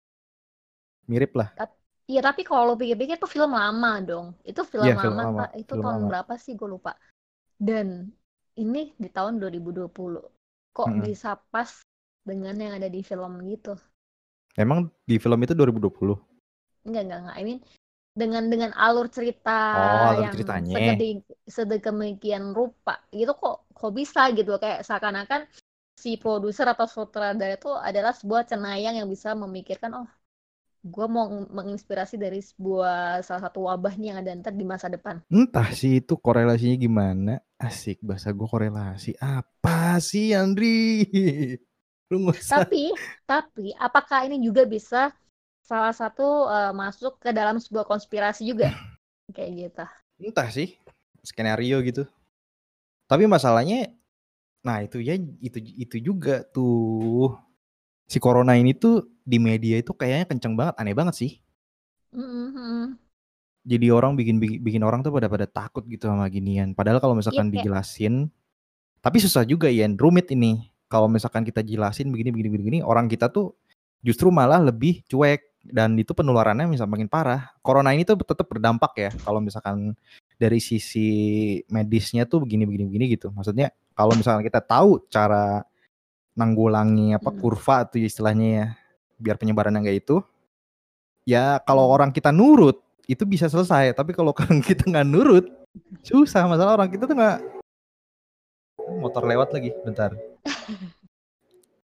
Mirip lah. Iya, tapi kalau lo pikir-pikir tuh film lama dong. Itu film Iya, film lama, lama, Pak. Itu film tahun lama. berapa sih? Gue lupa. Dan ini di tahun dua ribu dua puluh. Kok Mm-mm. bisa pas dengan yang ada di film gitu? Emang di film itu dua ribu dua puluh? Enggak, enggak, enggak. I mean, dengan dengan alur cerita Oh, alur yang ceritanya. segede sedemikian rupa gitu kok kok bisa gitu kayak seakan-akan si produser atau sutradara itu adalah sebuah cenayang yang bisa memikirkan oh gue mau menginspirasi dari sebuah salah satu wabah nih yang ada ntar di masa depan. Entah sih itu korelasinya gimana. Asik bahasa gue korelasi. Apa sih Andri? Lu nggak usah. Tapi tapi apakah ini juga bisa salah satu uh, masuk ke dalam sebuah konspirasi juga kayak gitu? Entah sih. Skenario gitu. Tapi masalahnya, nah itu ya itu itu juga tuh. Si corona ini tuh di media itu kayaknya kenceng banget, aneh banget sih. Mm-hmm. Jadi orang bikin bikin orang tuh pada pada takut gitu sama ginian. Padahal kalau Iya misalkan kayak dijelasin, tapi susah juga ya, rumit ini. Kalau misalkan kita jelasin begini begini begini, orang kita tuh justru malah lebih cuek dan itu penularannya bisa makin parah. Corona ini tuh tetap berdampak ya. Kalau misalkan dari sisi medisnya tuh begini begini begini gitu. Maksudnya kalau misalkan kita tahu cara nanggulangi apa hmm. kurva tuh istilahnya ya, biar penyebarannya enggak itu. Ya kalau Hmm. orang kita nurut itu bisa selesai, tapi kalau kita nggak nurut susah. Masalah orang kita tuh nggak. Motor lewat lagi, bentar.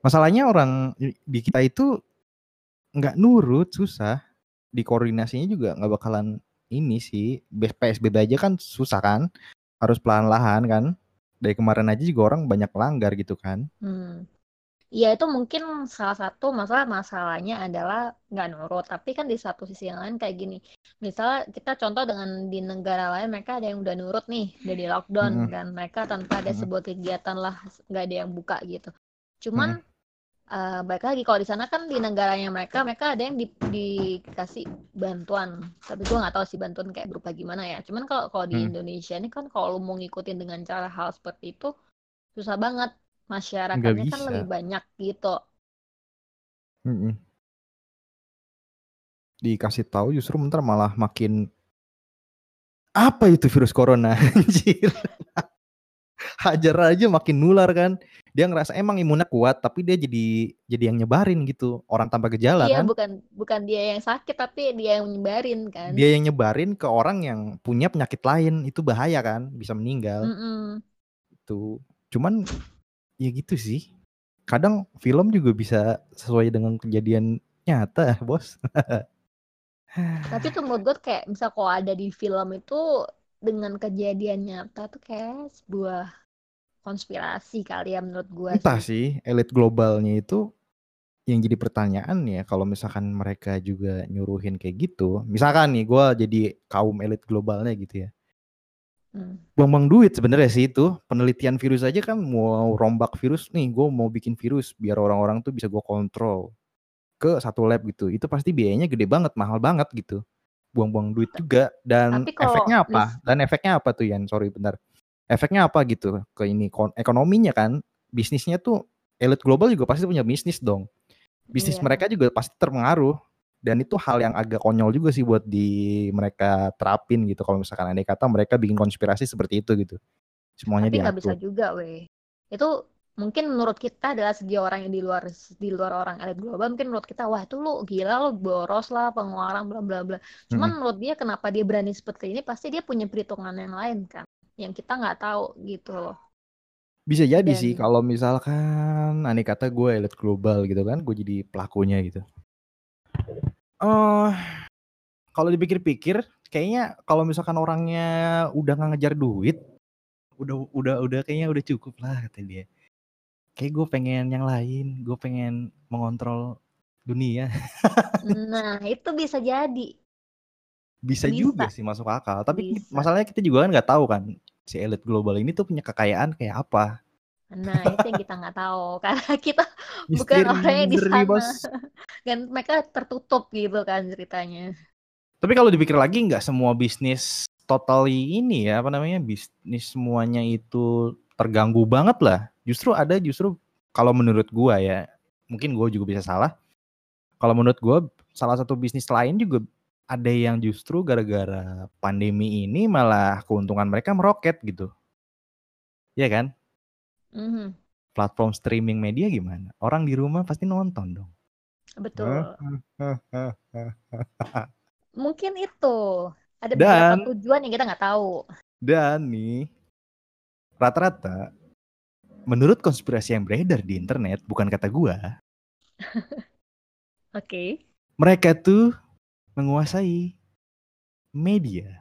Masalahnya orang di kita itu nggak nurut, susah. Dikoordinasinya juga nggak bakalan ini sih. P S B B aja kan susah kan, harus pelan-lahan kan. Dari kemarin aja juga orang banyak melanggar gitu kan. Hmm. Ya itu mungkin salah satu masalah masalahnya adalah nggak nurut. Tapi kan di satu sisi yang lain kayak gini. Misalnya kita contoh dengan di negara lain mereka ada yang udah nurut nih, udah di lockdown Mm-mm. dan mereka tanpa ada Mm-mm. sebuah kegiatan lah nggak ada yang buka gitu. Cuman Mm-mm. uh, baik lagi kalau di sana kan di negaranya mereka mereka ada yang di, dikasih bantuan. Tapi gue nggak tahu sih bantuan kayak berupa gimana ya. Cuman kalau kalau di Mm-mm. Indonesia ini kan kalau lu mau ngikutin dengan cara hal seperti itu susah banget. Nggak Masyarakatnya kan bisa. lebih banyak gitu. Mm-mm. Dikasih tahu justru bentar malah makin apa itu virus corona anjir. Hajar aja makin nular kan. Dia ngerasa emang imunnya kuat tapi dia jadi jadi yang nyebarin gitu. Orang tanpa gejala Iya, kan. bukan bukan dia yang sakit tapi dia yang nyebarin kan. Dia yang nyebarin ke orang yang punya penyakit lain. Itu bahaya kan, bisa meninggal. Mm-mm. Itu. Cuman ya gitu sih. Kadang film juga bisa sesuai dengan kejadian nyata, Bos. Tapi tuh menurut gue kayak misal kalau ada di film itu dengan kejadian nyata tuh kayak sebuah konspirasi kali ya menurut gue Entah sih. sih, elit globalnya itu yang jadi pertanyaan ya, kalau misalkan mereka juga nyuruhin kayak gitu, misalkan nih gue jadi kaum elit globalnya gitu ya, Hmm. buang-buang duit sebenarnya sih itu. Penelitian virus aja kan mau rombak virus nih, gue mau bikin virus biar orang-orang tuh bisa gue kontrol ke satu lab gitu, itu pasti biayanya gede banget, mahal banget gitu, buang-buang duit juga. Dan Tapi kalau efeknya mis apa? Dan efeknya apa tuh Yan? Sorry bentar. Efeknya apa gitu ke ini ekonominya kan? Bisnisnya tuh elit global juga pasti punya bisnis dong. Bisnis iya. mereka juga pasti terpengaruh. Dan itu hal yang agak konyol juga sih buat di mereka terapin gitu. Kalau misalkan andai kata mereka bikin konspirasi seperti itu gitu. Semuanya Tapi nggak bisa diatur. juga, weh. Itu mungkin menurut kita adalah segi orang yang di luar di luar orang elit global mungkin menurut kita wah itu lu gila lu boros lah pengeluaran bla bla bla. Cuman Mm-mm. menurut dia kenapa dia berani seperti ini pasti dia punya perhitungan yang lain kan yang kita nggak tahu gitu loh. Bisa jadi sih Dan kalau misalkan andai kata gue elit global gitu kan, gue jadi pelakunya gitu. Oh, kalau dipikir-pikir, kayaknya kalau misalkan orangnya udah nggak ngejar duit, udah udah udah kayaknya udah cukup lah kata dia. Kayak gue pengen yang lain, gue pengen mengontrol dunia. nah itu bisa jadi Bisa juga bisa sih masuk akal. Tapi bisa. masalahnya kita juga kan nggak tahu kan si elit global ini tuh punya kekayaan kayak apa. Nah itu yang kita nggak tahu karena kita bukan Misteri, orang yang di misteri sana bos. dan mereka tertutup gitu kan ceritanya. Tapi kalau dipikir lagi nggak semua bisnis totally ini ya apa namanya bisnis semuanya itu terganggu banget lah. Justru ada justru kalau menurut gua ya mungkin gua juga bisa salah. Kalau menurut gua salah satu bisnis lain juga ada yang justru gara-gara pandemi ini malah keuntungan mereka meroket gitu. Iya kan? Mhm, Platform streaming media gimana? Orang di rumah pasti nonton dong. betul. Mungkin itu ada beberapa Dan tujuan yang kita nggak tahu. dan nih rata-rata menurut konspirasi yang beredar di internet, bukan kata gua, Oke. mereka tuh menguasai media.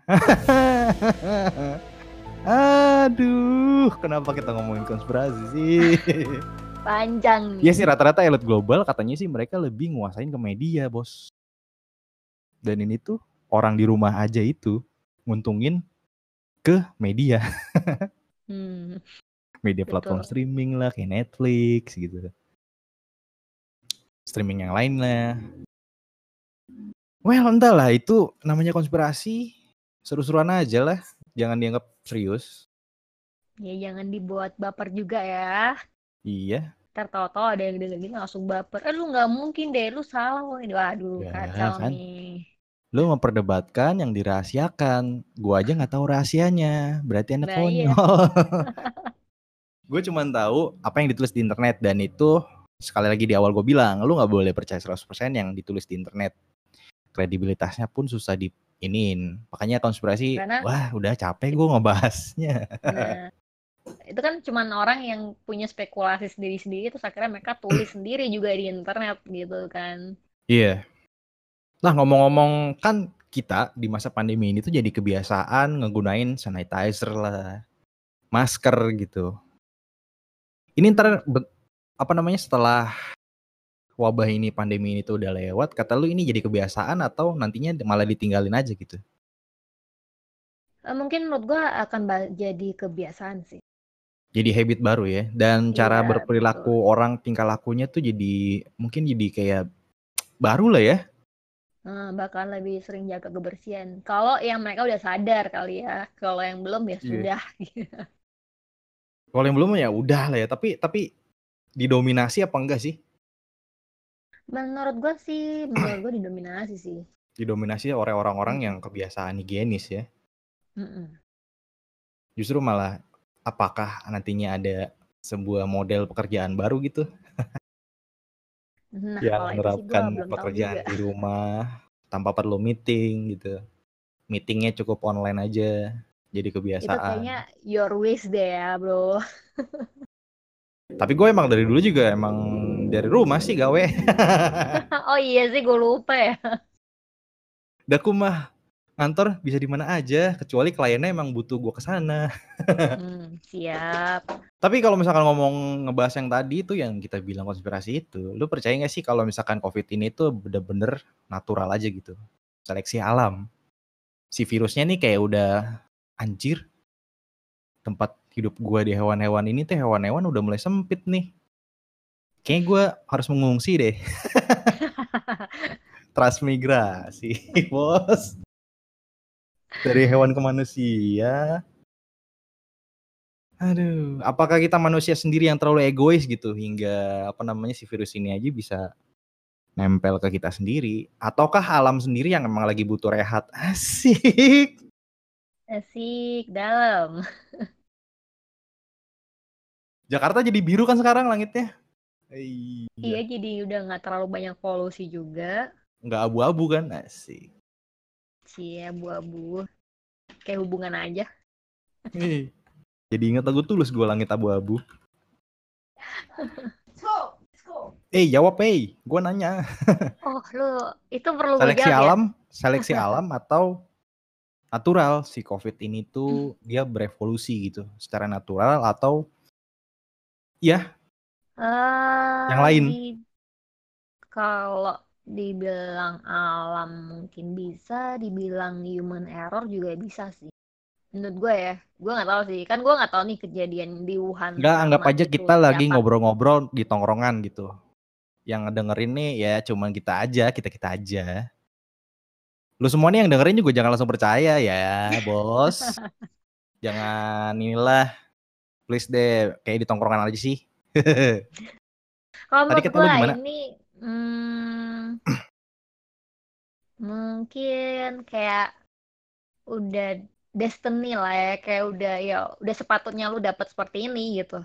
Aduh, kenapa kita ngomongin konspirasi sih? Panjang Iya nih. sih, rata-rata elit global katanya sih mereka lebih nguasain ke media, bos. Dan ini tuh orang di rumah aja itu nguntungin ke media. Hmm, Media platform betul. streaming lah, kayak Netflix gitu. Streaming yang lain lah. Well, entahlah, itu namanya konspirasi. Seru-seruan aja lah. Jangan dianggap serius. Ya jangan dibuat baper juga ya. Iya. Ntar tahu-tahu ada yang denger gini langsung baper. Eh lu nggak mungkin deh, lu salah. Woy. Waduh, Ya kacau kan. nih. Lu memperdebatkan yang dirahasiakan. Gua aja gak tahu rahasianya. Berarti Anda Nah iya. konyol. Gue cuma tahu apa yang ditulis di internet. Dan itu sekali lagi di awal gue bilang. Lu gak boleh percaya seratus persen yang ditulis di internet. Kredibilitasnya pun susah di iniin. Makanya konspirasi, Karena, wah udah capek gue ngebahasnya. nah, Itu kan cuman orang yang punya spekulasi sendiri-sendiri terus akhirnya mereka tulis sendiri juga di internet gitu kan. Iya. Nah ngomong-ngomong kan kita di masa pandemi ini tuh jadi kebiasaan ngegunain sanitizer lah, masker gitu. Ini ntar be- apa namanya setelah wabah ini pandemi ini tuh udah lewat, kata lu ini jadi kebiasaan atau nantinya malah ditinggalin aja gitu? Eh, mungkin menurut gua akan ba- jadi kebiasaan sih. Jadi habit baru ya. Dan cara Iya, betul. berperilaku orang tingkah lakunya tuh jadi mungkin jadi kayak baru lah ya. Eh, bakal lebih sering jaga kebersihan. Kalau yang mereka udah sadar kali ya. Kalau yang belum ya Iya. sudah. Kalau yang belum ya udah lah ya. Tapi tapi didominasi apa enggak sih? Menurut gua sih, menurut gua didominasi sih. Didominasi oleh orang-orang yang Mm-mm. kebiasaan higienis ya. Mm-mm. Justru malah apakah nantinya ada sebuah model pekerjaan baru gitu Nah, yang kalau itu sih gua menerapkan belum tahu juga. pekerjaan di rumah tanpa perlu meeting gitu. Meetingnya cukup online aja. Jadi Itu kayaknya kebiasaan. your wish deh ya, bro. Tapi gue emang dari dulu juga emang dari rumah sih gawe. Oh iya sih, gue lupa ya. Daku mah kantor bisa di mana aja kecuali kliennya emang butuh gue ke sana. Hmm, siap. Tapi kalau misalkan ngomong ngebahas yang tadi itu yang kita bilang konspirasi itu, lu percaya nggak sih kalau misalkan COVID ini tuh bener-bener natural aja gitu, seleksi alam? Si virusnya nih kayak udah anjir, tempat hidup gue di hewan-hewan ini tuh hewan-hewan udah mulai sempit nih. Kayaknya gue harus mengungsi deh, transmigrasi, bos. Dari hewan ke manusia. Aduh, apakah kita manusia sendiri yang terlalu egois gitu hingga apa namanya si virus ini aja bisa nempel ke kita sendiri? Ataukah alam sendiri yang emang lagi butuh rehat? Asik. Asik, dalam. Jakarta jadi biru kan sekarang langitnya? Iya, Iya. jadi udah nggak terlalu banyak polusi juga. Nggak abu-abu kan? Asik. Cie, abu-abu. Kayak hubungan aja. Ih, jadi ingat lagu Tulus gue langit abu-abu. Eh jawab eh, gue nanya. Oh, lu itu perlu gue Seleksi jawab ya? alam, seleksi alam atau natural si COVID ini tuh dia berevolusi gitu secara natural atau ya yang Eh, lain? di kalau dibilang alam mungkin bisa, dibilang human error juga bisa sih. Menurut gue ya, gue nggak tahu sih. Kan gue nggak tahu nih kejadian di Wuhan Enggak, anggap sama aja itu kita seperti lagi apa. ngobrol-ngobrol di tongkrongan gitu. Yang dengerin nih ya cuman kita aja, kita-kita aja. Lu semua nih yang dengerin juga jangan langsung percaya ya, bos. Jangan inilah, please deh, kayak di tongkrongan aja sih. Kalau Tadi menurut kata lu gue gimana? ini hmm, mungkin kayak udah destiny lah ya, kayak udah ya udah sepatutnya lu dapet seperti ini gitu.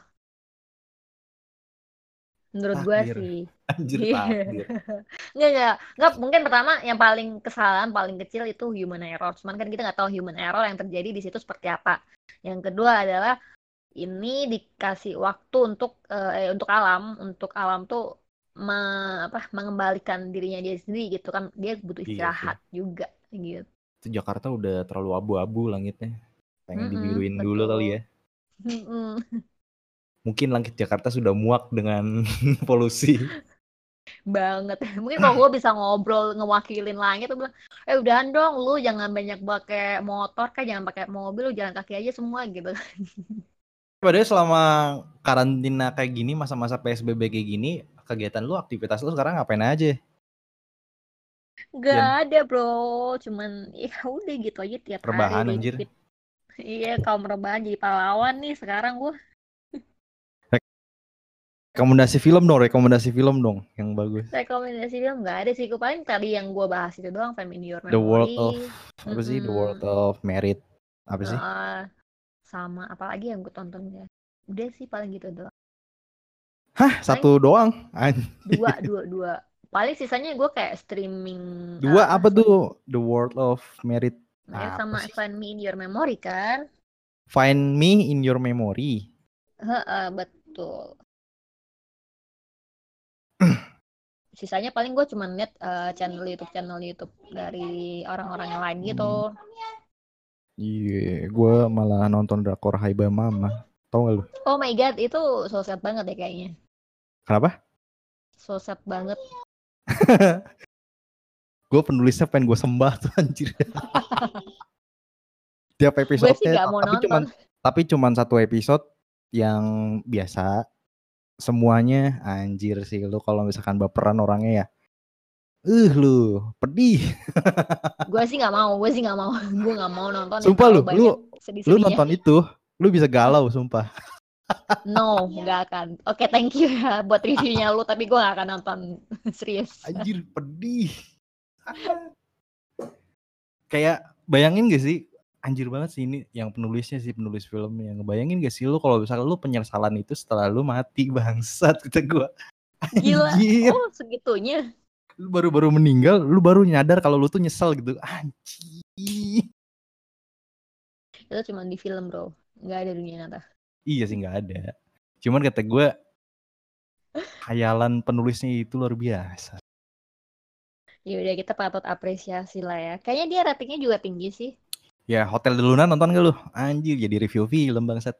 Menurut gue Takdir. sih. Anjir Iya. takdir. Nggak, nggak. Nggak, mungkin pertama yang paling kesalahan paling kecil itu human error. Cuman kan kita nggak tahu human error yang terjadi di situ seperti apa. Yang kedua adalah ini dikasih waktu untuk eh, untuk alam, untuk alam tuh me- apa, mengembalikan dirinya dia sendiri gitu kan. Dia butuh Iya sih. istirahat juga gitu. Itu Jakarta udah terlalu abu-abu langitnya. Pengen Mm-mm, dibiruin dulu kali betul. ya. Mm-mm. Mungkin langit Jakarta sudah muak dengan polusi. Banget. Mungkin kalau gue bisa ngobrol ngewakilin langit tuh bilang, eh udahan dong lu jangan banyak pakai motor kayak jangan pakai mobil lu jalan kaki aja semua gitu. Padahal selama karantina kayak gini, masa-masa P S B B kayak gini, kegiatan lu, aktivitas lu sekarang ngapain aja? Gak Jen, ada bro, cuman ya udah gitu aja tiap hari rebahan anjir. repeat. Iya, kaum rebahan jadi pahlawan nih sekarang gue. Rekomendasi film dong, rekomendasi film dong yang bagus. Rekomendasi film nggak ada sih, gue paling tadi yang gue bahas itu doang, Fame in Your The World Memory. of apa sih? The World Mm-mm. of Merit apa sih? Heeh. Sama apa lagi yang gue tonton ya? Udah sih paling gitu doang. Hah, Paling satu doang? dua dua dua paling sisanya gue kayak streaming Dua apa apa stream tuh? The World of Merit ya apa sama sih? Find Me in Your Memory kan. Find Me in Your Memory. Heeh, betul. Sisanya paling gue cuma liat uh, channel YouTube channel YouTube dari orang-orang yang lain gitu. Iya, gue malah nonton drakor Haiba Mama. Tau gak lu? Oh my god, itu so sad banget ya kayaknya. Kenapa? So sad banget. Gue penulisnya pengen gue sembah tuh anjir. Tiap episode Gue sih gak mau tapi nonton. cuman tapi cuman satu episode yang biasa. Semuanya anjir sih lu kalau misalkan baperan orangnya ya. Eh uh, lu pedih. Gue sih nggak mau, gue sih nggak mau, gue nggak mau nonton. Sumpah lu, lu, lu sedih-sedihnya. nonton itu, lu bisa galau sumpah. No, nggak akan. Oke, okay, thank you ya buat reviewnya lu, tapi gue nggak akan nonton. Serius. Anjir pedih. Kayak bayangin gak sih? Anjir banget sih ini yang penulisnya sih penulis filmnya. Ngebayangin gak sih lu kalau misalnya lu penyesalan itu setelah lu mati bangsat kata gue. Gila. Anjir. Oh segitunya. Lu baru-baru meninggal, lu baru nyadar kalau lu tuh nyesel gitu. Anjir. Itu cuma di film bro, nggak ada dunia nyata. Iya sih nggak ada. Cuman kata gue khayalan penulisnya itu luar biasa. Ya udah kita patut apresiasi lah ya. Kayaknya dia ratingnya juga tinggi sih. Ya Hotel de Luna nonton gak lu? Anjir jadi review film bangsat.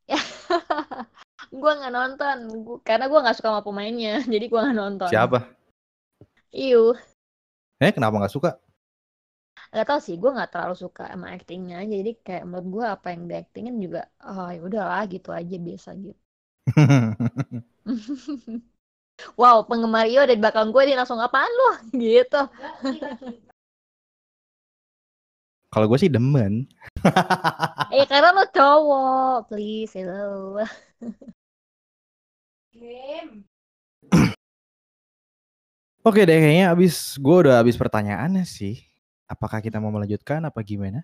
Gue nggak nonton, gua, karena gue nggak suka sama pemainnya, jadi gue nggak nonton. Siapa? Iu. Eh kenapa nggak suka? Gak tau sih, gue nggak terlalu suka sama actingnya aja. Jadi kayak menurut gue apa yang di actingin juga, oh ya udahlah gitu aja biasa gitu. Wow, penggemar Iyo dari belakang gue dia langsung apaan lu gitu. Kalau gue sih demen. Eh karena lo cowok, please hello. Game. Oke deh, kayaknya abis gue udah habis pertanyaannya sih. Apakah kita mau melanjutkan apa gimana?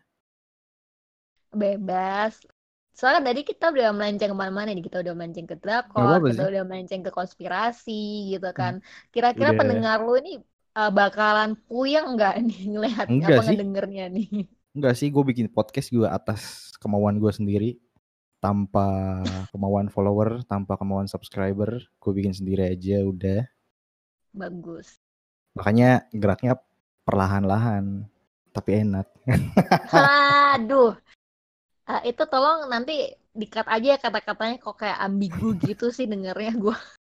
Bebas. Soalnya tadi kita udah melenceng kemana-mana nih. Kita udah melenceng ke drakor, kita sih. udah melenceng ke konspirasi gitu kan. Kira-kira Udah. pendengar lu ini uh, bakalan puyeng nggak nih ngelihat Enggak apa sih. ngedengernya nih? Enggak sih, gue bikin podcast juga atas kemauan gue sendiri. Tanpa kemauan follower, tanpa kemauan subscriber. Gue bikin sendiri aja udah. Bagus. Makanya geraknya perlahan-lahan. Tapi enak. Aduh. Uh, itu tolong nanti di-cut aja kata-katanya kok kayak ambigu gitu sih dengernya gue.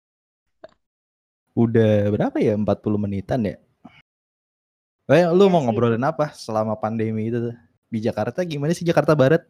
Udah berapa ya? empat puluh menitan ya? Eh, lu Iya mau sih. ngobrolin apa selama pandemi itu? Di Jakarta gimana sih Jakarta Barat?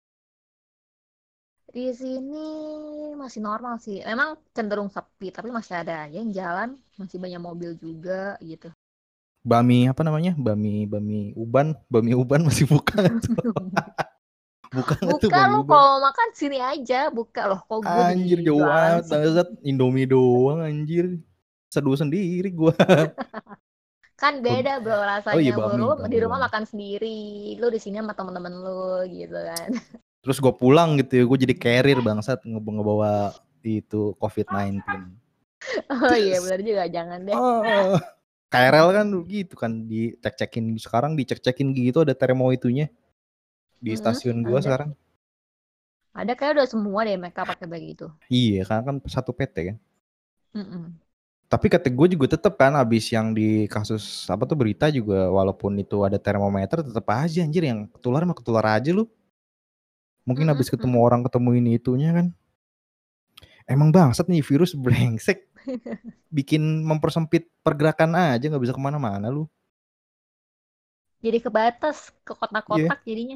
Di sini masih normal sih. Memang cenderung sepi, tapi masih ada aja yang jalan. Masih banyak mobil juga gitu. Bami apa namanya? Bami Bami Uban, Bami Uban masih buka tuh. Buka tuh Buka Bami lo Uban. kalau makan sini aja, buka loh. Kok gue Anjir jauh amat, banget Indomie doang anjir. Seduh sendiri gue. Kan beda bro rasanya. Oh iya bro. Bami, Lo Bami, di rumah Bami. makan sendiri, lo di sini sama temen-temen lo gitu kan. Terus gue pulang gitu ya, gue jadi carrier bangsat ngebawa itu covid sembilan belas. Oh iya benar juga, jangan deh. Oh, K R L kan gitu kan dicek-cekin sekarang dicek-cekin gitu ada termo itunya di Mm-hmm, stasiun gue sekarang. Ada kayak udah semua deh mereka pakai begitu. Iya karena kan satu P T kan. Mm-mm. Tapi kata gue juga tetep kan abis yang di kasus apa tuh berita juga walaupun itu ada termometer tetep aja anjir yang ketular mah ketular aja lu. Mungkin Mm-mm. abis ketemu orang ketemu ini itunya kan. Emang bangsat nih virus brengsek. Bikin mempersempit pergerakan aja gak bisa kemana-mana lu. Jadi kebatas ke kotak-kotak yeah. Jadinya.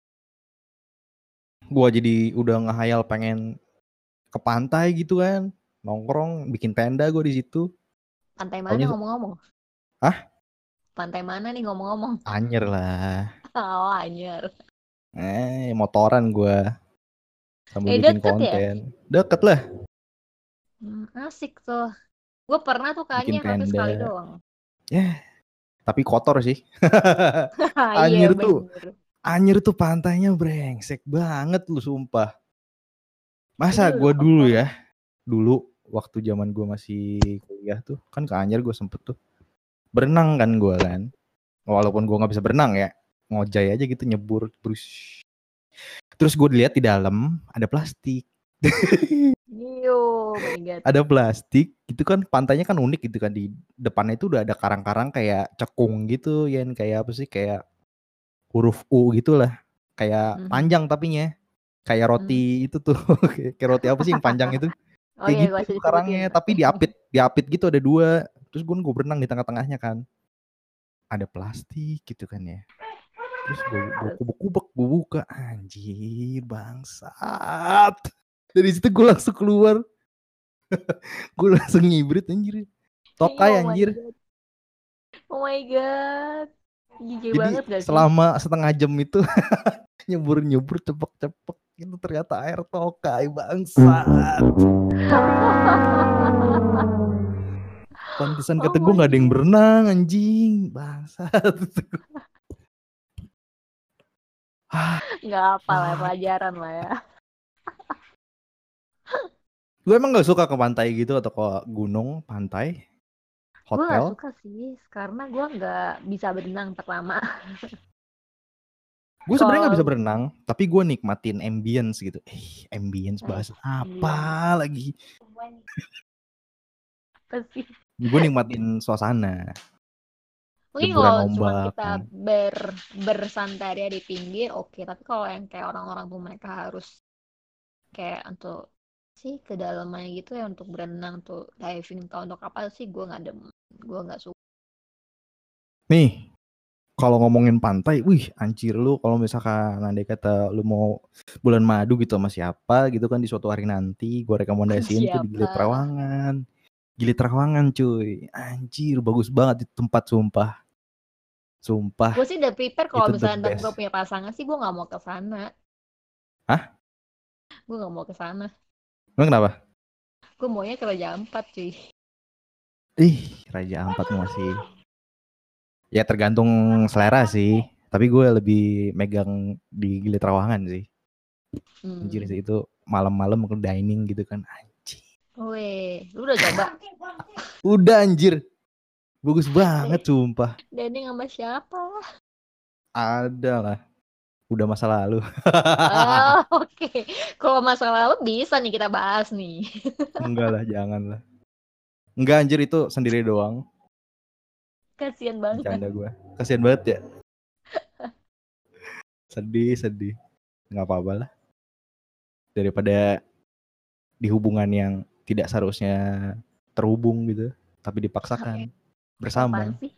Gua jadi udah ngehayal pengen ke pantai gitu kan. Nongkrong, bikin tenda gue di situ. Pantai mana Taunya... ngomong-ngomong? Hah? Pantai mana nih ngomong-ngomong? Anyer lah. Oh Anyer. Eh motoran gue. Sambil eh, bikin deket konten. Ya? Deket lah. Hmm, asik tuh. Gue pernah tuh ke Anyer tapi sekali doang. Ya, yeah. Tapi kotor sih. Anyer iya, tuh. Bener. Anyer tuh pantainya brengsek banget lu sumpah. Masa gue dulu ya. Dulu waktu zaman gue masih kuliah tuh kan ke Anyer gue sempet tuh berenang kan gue kan walaupun gue nggak bisa berenang ya ngojay aja gitu nyebur terus Terus gue lihat di dalam ada plastik. Yo, my god. Ada plastik, itu kan pantainya kan unik gitu kan, di depannya itu udah ada karang-karang kayak cekung gitu, Yen, kayak apa sih, kayak huruf U gitulah, kayak Mhm. panjang tapinya, kayak Hmm. roti itu tuh, kayak roti apa sih yang panjang itu, Oh kayak iya, gak gitu usah disebutin. karangnya, tapi diapit, diapit gitu ada dua, terus gue gue berenang di tengah-tengahnya kan, ada plastik gitu kan ya, terus gue gue kubek-kubek, gue buka, anjir bangsat, dari situ gue langsung keluar. Gue langsung ngibrit anjir. Tokai Oh my anjir. god. Oh my god. Jijik Jadi banget gak sih? selama setengah jam itu nyebur-nyebur cepek-cepek itu ternyata air tokai bangsat. Pantesan kata Oh gue my gak ada yang god. berenang anjing bangsat. Gak apa lah, pelajaran lah ya. Gue emang gak suka ke pantai gitu atau ke gunung, pantai, Gue gak hotel. suka sih, karena gue gak bisa berenang pertama. Gue sebenarnya nggak bisa Kalau berenang, tapi gue nikmatin ambience gitu. Eh, ambience eh, bahasa apa ambience. lagi? Apa sih? Gue nikmatin suasana. Mungkin Deburan kalau cuma ombak kita kan. ber bersantai di pinggir, oke. Tapi kalau yang kayak orang-orang tuh mereka harus kayak untuk sih kedalamannya gitu ya, untuk berenang tuh diving atau untuk apa sih, gue nggak demen, gue nggak suka. Nih, kalau ngomongin pantai, wih anjir lu kalau misalkan andai kata lu mau bulan madu gitu sama siapa gitu kan di suatu hari nanti, gue rekomendasiin tuh di Gili Siapa? Trawangan. Gili Trawangan cuy, anjir bagus banget di tempat sumpah. Sumpah, Gue sih udah prepare kalau itu the misalnya ntar gue best. punya pasangan sih, gue nggak mau ke sana. Hah? Gue nggak mau ke sana. Emang kenapa? Gue maunya ke Raja Ampat cuy. Ih, Raja Ampat masih. Ya tergantung selera sih. Tapi gue lebih megang di Gili Trawangan sih. Hmm. Anjir sih itu malam-malam ke dining gitu kan. Anjir. Weh, lu udah coba? Udah anjir. Bagus banget sumpah. Dining sama siapa? Ada lah. Udah masa lalu. Oh, oke. Okay. Kalau masa lalu bisa nih kita bahas nih. Enggak lah, jangan lah. Enggak anjir itu sendiri doang. Kasian banget. Bercanda gue. Kasian banget ya. Sedih, sedih. Enggak apa-apa lah. Daripada di hubungan yang tidak seharusnya terhubung gitu, tapi dipaksakan bersama. Apaan sih?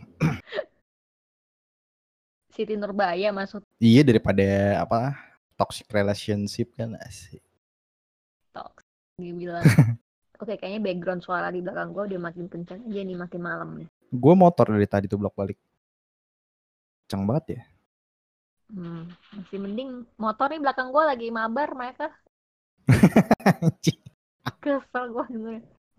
Siti Nurbaya maksud. Iya, daripada apa toxic relationship kan asik. Tox. Dia bilang. Oke, kayaknya background suara di belakang gue udah makin kencang aja nih, makin malam nih. Gue motor dari tadi tuh bolak-balik. Kencang banget ya. Hmm, masih mending motor nih belakang gue lagi mabar mereka. Kesel gue sebenernya.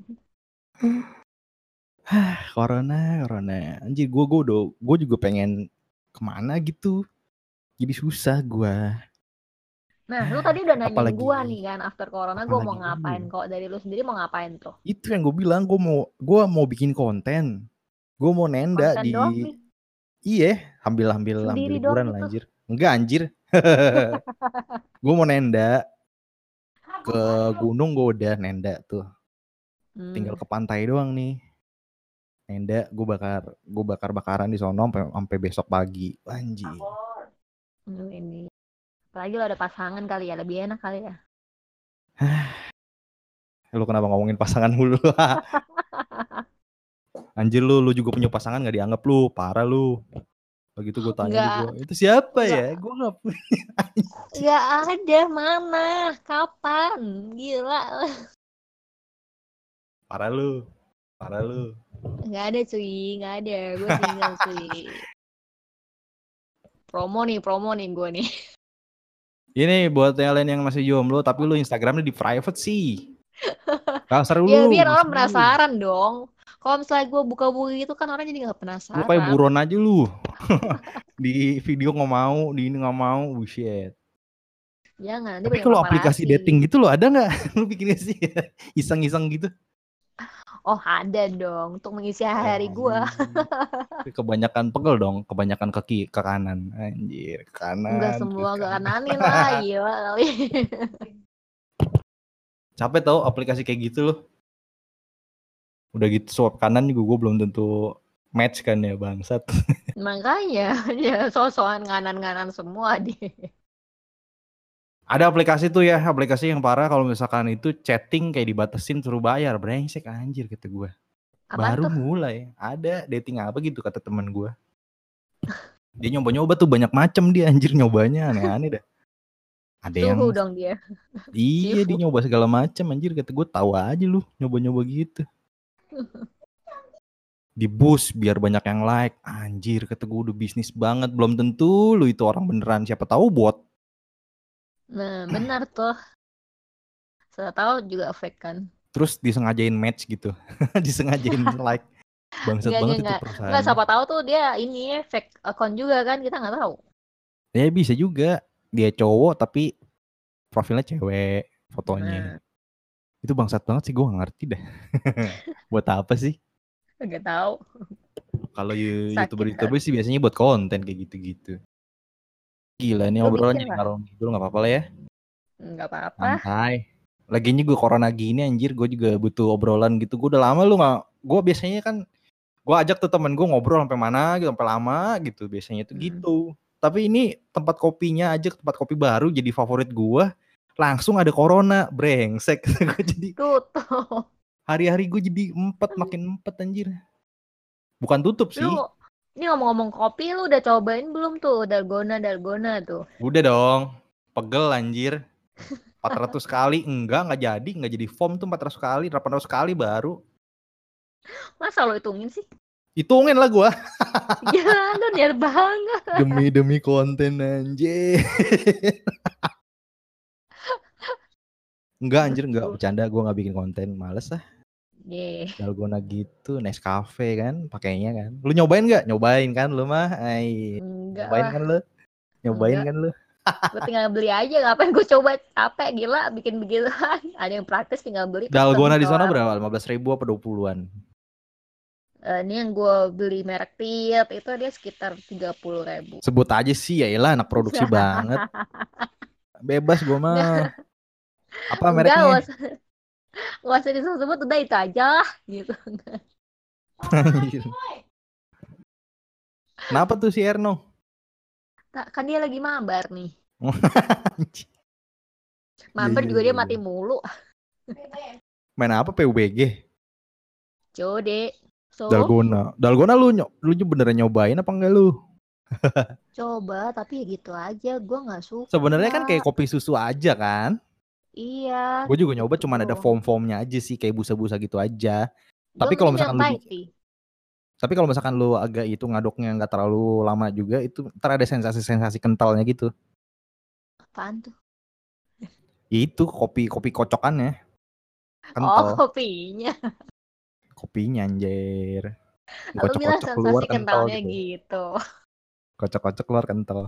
corona, corona. Anjir, gue gue udah, gue juga pengen kemana gitu. Jadi susah gue. Nah, lu tadi udah nanyain Apalagi, gue nih kan, after corona gue mau apalagi ngapain? lu. Kok dari lu sendiri mau ngapain tuh? Itu yang gue bilang, gue mau, gue mau bikin konten. Gue mau nenda Konten di, doang nih? iya, ambil ambil ambil Sendiri liburan doang lah gitu? anjir. Enggak anjir. Gue mau nenda ke gunung, gue udah nenda tuh. Hmm. Tinggal ke pantai doang nih. Nenda, gue bakar, gue bakar bakaran di sono sampai sampai besok pagi. Anjir. Hmm, ini. Apalagi lo ada pasangan kali ya, lebih enak kali ya. Lu kenapa ngomongin pasangan mulu? Anjir lu, lu juga punya pasangan gak dianggap lu, parah lu. Begitu gue tanya Enggak. juga, itu siapa Enggak. ya? Gue gak punya. Enggak ada, mana? Kapan? Gila. Parah lu, parah lu. Enggak ada cuy, enggak ada. Gue single cuy. Promo nih, promo nih gue nih. Ini buat yang lain yang masih jomblo, tapi lu Instagramnya di private sih. Kasar lu. Ya biar orang kasar lu. penasaran dong. Kalau misalnya gue buka-buka gitu kan orang jadi gak penasaran. Lu kayak buron aja lu. Di video gak mau, di ini gak mau. Oh shit. Jangan, Tapi kalau aplikasi dating gitu lo ada gak? Lu bikin sih iseng-iseng gitu? Oh ada dong, untuk mengisi hari gua. Anjir. Kebanyakan pegel dong, kebanyakan ke ki- ke kanan. Anjir, ke Enggak kanan terus semua gak kanan. kananin lah, gila kali. Capek tau aplikasi kayak gitu loh. Udah gitu swipe kanan juga gue belum tentu match kan ya bangsat. Makanya ya sosokan nganan-nganan semua deh. Ada aplikasi tuh ya, aplikasi yang parah kalau misalkan itu chatting kayak dibatasin suruh bayar, brengsek anjir kata gue. Apaan Baru tuh? mulai, ada dating apa gitu kata teman gue. Dia nyoba-nyoba tuh banyak macam dia anjir nyobanya aneh-aneh dah. Ada yang Suhu dong dia. iya dia Sifu. nyoba segala macam anjir kata gue tahu aja lu nyoba-nyoba gitu. Di boost biar banyak yang like, anjir kata gue udah bisnis banget, belum tentu lu itu orang beneran, siapa tahu bot. Nah benar tuh. Saya tahu juga fake kan. Terus disengajain match gitu. Disengajain like. Bangsat Enggak, enggak, banget itu enggak. Enggak, perusahaannya. siapa tahu tuh dia ini fake account juga kan, kita nggak tahu. Ya bisa juga dia cowok tapi profilnya cewek fotonya. Nah, Itu bangsat banget sih, gue gak ngerti dah. Buat apa sih? nggak tahu. Kalau Sakit youtuber-youtuber hati. sih biasanya buat konten kayak gitu-gitu. Gila nih Lu obrolan bikin jadi lah. ngarang gitu, gak apa-apa lah ya. Nggak apa-apa. Santai. Laginya gue corona gini anjir, gue juga butuh obrolan gitu. Gue udah lama lu gak, gue biasanya kan gue ajak tuh temen gue ngobrol sampai mana gitu, sampai lama gitu. Biasanya tuh Hmm. gitu. Tapi ini tempat kopinya aja, tempat kopi baru jadi favorit gue. Langsung ada corona, brengsek. Gue jadi Tutup. hari-hari gue jadi empet, makin empet anjir. Bukan tutup Lu, sih. ini ngomong-ngomong kopi, lu udah cobain belum tuh dalgona dalgona tuh? Udah dong. Pegel anjir. empat ratus kali enggak, enggak jadi, enggak jadi foam tuh empat ratus kali, delapan ratus kali baru. Masa lo hitungin sih? Hitungin lah gue. Jangan, lu niat banget. Demi demi konten anjir. Enggak anjir, enggak bercanda, gue enggak bikin konten, males ah. Yeah. Dalgona gitu, Nescafe kan pakainya kan. Lu nyobain enggak? Nyobain kan lu mah. Ai. Enggak Nyobain lah. kan lu? Nyobain Enggak. kan lu? Gue tinggal beli aja, ngapain gue coba capek gila bikin begitu. Ada yang praktis tinggal beli. Dalgona di sana berapa? lima belas ribu apa dua puluhan? Uh, ini yang gue beli merek Tiet itu dia sekitar tiga puluh ribu. Sebut aja sih ya ilah anak produksi banget. Bebas gue mah. Apa mereknya? Enggak, gak usah disebut, udah itu aja gitu. Kenapa tuh si Erno? Kan dia lagi mabar nih. Mabar iya, juga iya, dia iya. mati mulu. Main apa P U B G? Code. So, Dalgona. Dalgona lu ny- lu beneran nyobain apa enggak lu? coba tapi ya gitu aja, gue nggak suka. Sebenarnya kan kayak kopi susu aja kan? Iya. Gue juga nyoba gitu. cuman ada foam-foamnya aja sih, kayak busa-busa gitu aja. Gua Tapi kalau mending misalkan yang lu Thai bikin, tea. tapi kalau misalkan lu agak itu ngaduknya nggak terlalu lama juga, itu ntar ada sensasi-sensasi kentalnya gitu. Apaan tuh? Itu kopi kopi kocokannya. Oh, Kental. kopinya. Kopinya anjir. Lu bilang Kocok-kocok keluar sensasi kental kentalnya gitu. gitu. Kocok-kocok keluar kental.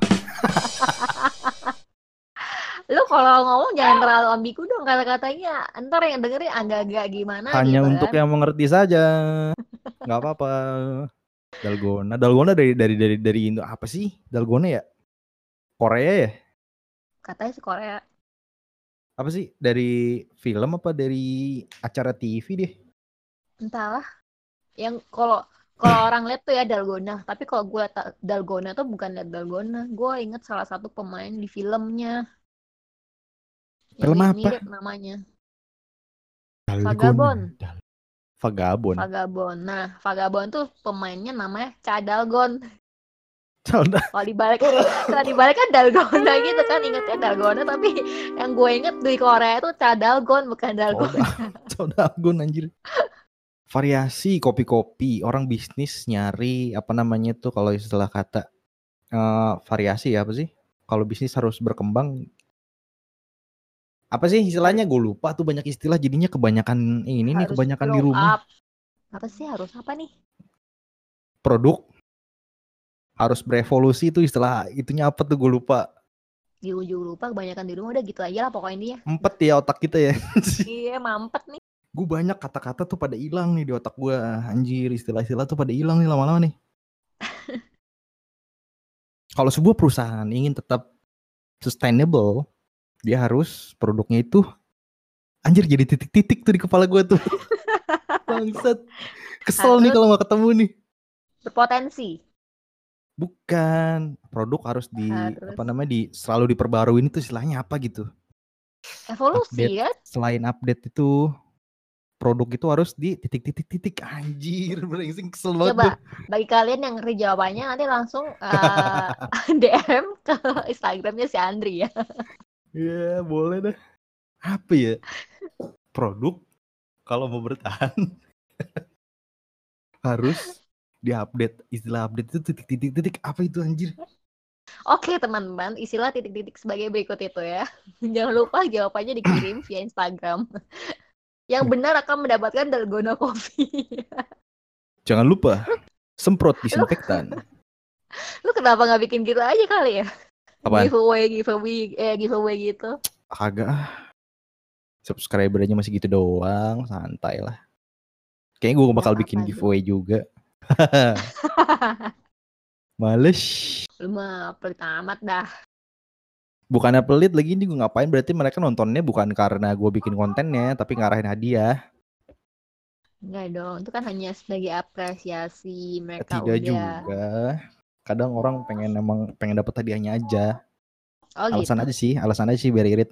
Lu kalau ngomong jangan terlalu ambigu dong kata-katanya. Ntar yang dengerin agak-agak gimana Hanya gitu untuk kan. yang mengerti saja. Nggak apa-apa. Dalgona. Dalgona dari dari dari dari Indo apa sih? Dalgona ya? Korea ya? Katanya sih Korea. Apa sih? Dari film apa dari acara T V deh? Entahlah. Yang kalau kalau orang lihat tuh ya dalgona, tapi kalau gue liat dalgona tuh bukan liat dalgona. Gue inget salah satu pemain di filmnya. Yang Film apa? mirip-mirip namanya. Dalgona. Vagabond. Dal- Vagabond. Vagabond. Nah, Vagabond tuh pemainnya namanya Cadalgon. Calda. Kalau dibalik, kalau dibalik kan dalgona gitu kan, ingetnya dalgona, tapi yang gue inget di Korea itu Cadalgon bukan dalgona. Caldagon anjir. Variasi kopi-kopi, orang bisnis nyari apa namanya tuh kalau istilah kata uh, variasi ya apa sih? Kalau bisnis harus berkembang. Apa sih istilahnya? Gue lupa tuh, banyak istilah jadinya kebanyakan ini nih, Harus kebanyakan di grow rumah. up. Apa sih harus apa nih? Produk harus berevolusi tuh istilah itunya apa tuh gue lupa. Di ujung lupa, kebanyakan di rumah udah gitu aja lah pokoknya dia. Empet ya otak kita ya. Iya, mampet nih. Gue banyak kata-kata tuh pada hilang nih di otak gue. Anjir, istilah-istilah tuh pada hilang nih lama-lama nih. Kalau sebuah perusahaan ingin tetap sustainable, dia harus produknya itu anjir jadi titik-titik tuh di kepala gue tuh. Bangsat. Kesel nih Harus kalau gak ketemu nih. berpotensi. Bukan, produk harus di Harus apa namanya di selalu diperbarui, itu istilahnya apa gitu. evolusi Update, kan? selain update itu produk itu harus di titik-titik-titik. Anjir, brengsek, kesel banget gue. Coba bagi kalian yang ngerti jawabannya nanti langsung uh, D M ke Instagramnya si Andri ya. Iya, boleh deh. Apa ya? Produk kalau mau bertahan harus diupdate. Istilah update itu titik-titik-titik. Apa itu anjir? Oke teman-teman, istilah titik-titik sebagai berikut itu ya. Jangan lupa jawabannya dikirim via Instagram. Yang benar akan mendapatkan dalgona coffee. Jangan lupa Lu, semprot lu, disinfektan. lu kenapa nggak bikin gitu aja kali ya? Apaan? Giveaway, giveaway, eh giveaway gitu. Agak ah. Subscribernya masih gitu doang, santai lah. Kayaknya gue bakal Gak bikin apa-apa giveaway dong. juga. Males. Lu mah pelit amat dah. Bukannya pelit lagi ini, gue ngapain, berarti mereka nontonnya bukan karena gue bikin kontennya, tapi ngarahin hadiah. Enggak dong, itu kan hanya sebagai apresiasi mereka Tidak udah. juga. Kadang orang pengen emang pengen dapet hadiahnya aja. Oh Alasan gitu. aja sih, alasan aja sih biar irit.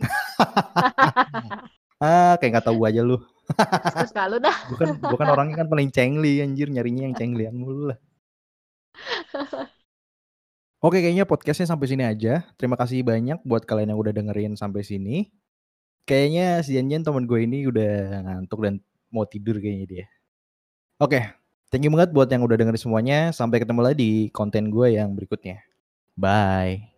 Ah, kayak gak tahu aja lu. Suka lu dah. Bukan bukan orangnya kan paling cengli anjir, nyarinya yang cenglian mulu lah. Oke, kayaknya podcastnya sampai sini aja. Terima kasih banyak buat kalian yang udah dengerin sampai sini. Kayaknya si Janjan teman gue ini udah ngantuk dan mau tidur kayaknya dia. Oke, thank you banget buat yang udah dengerin semuanya. Sampai ketemu lagi di konten gue yang berikutnya. Bye.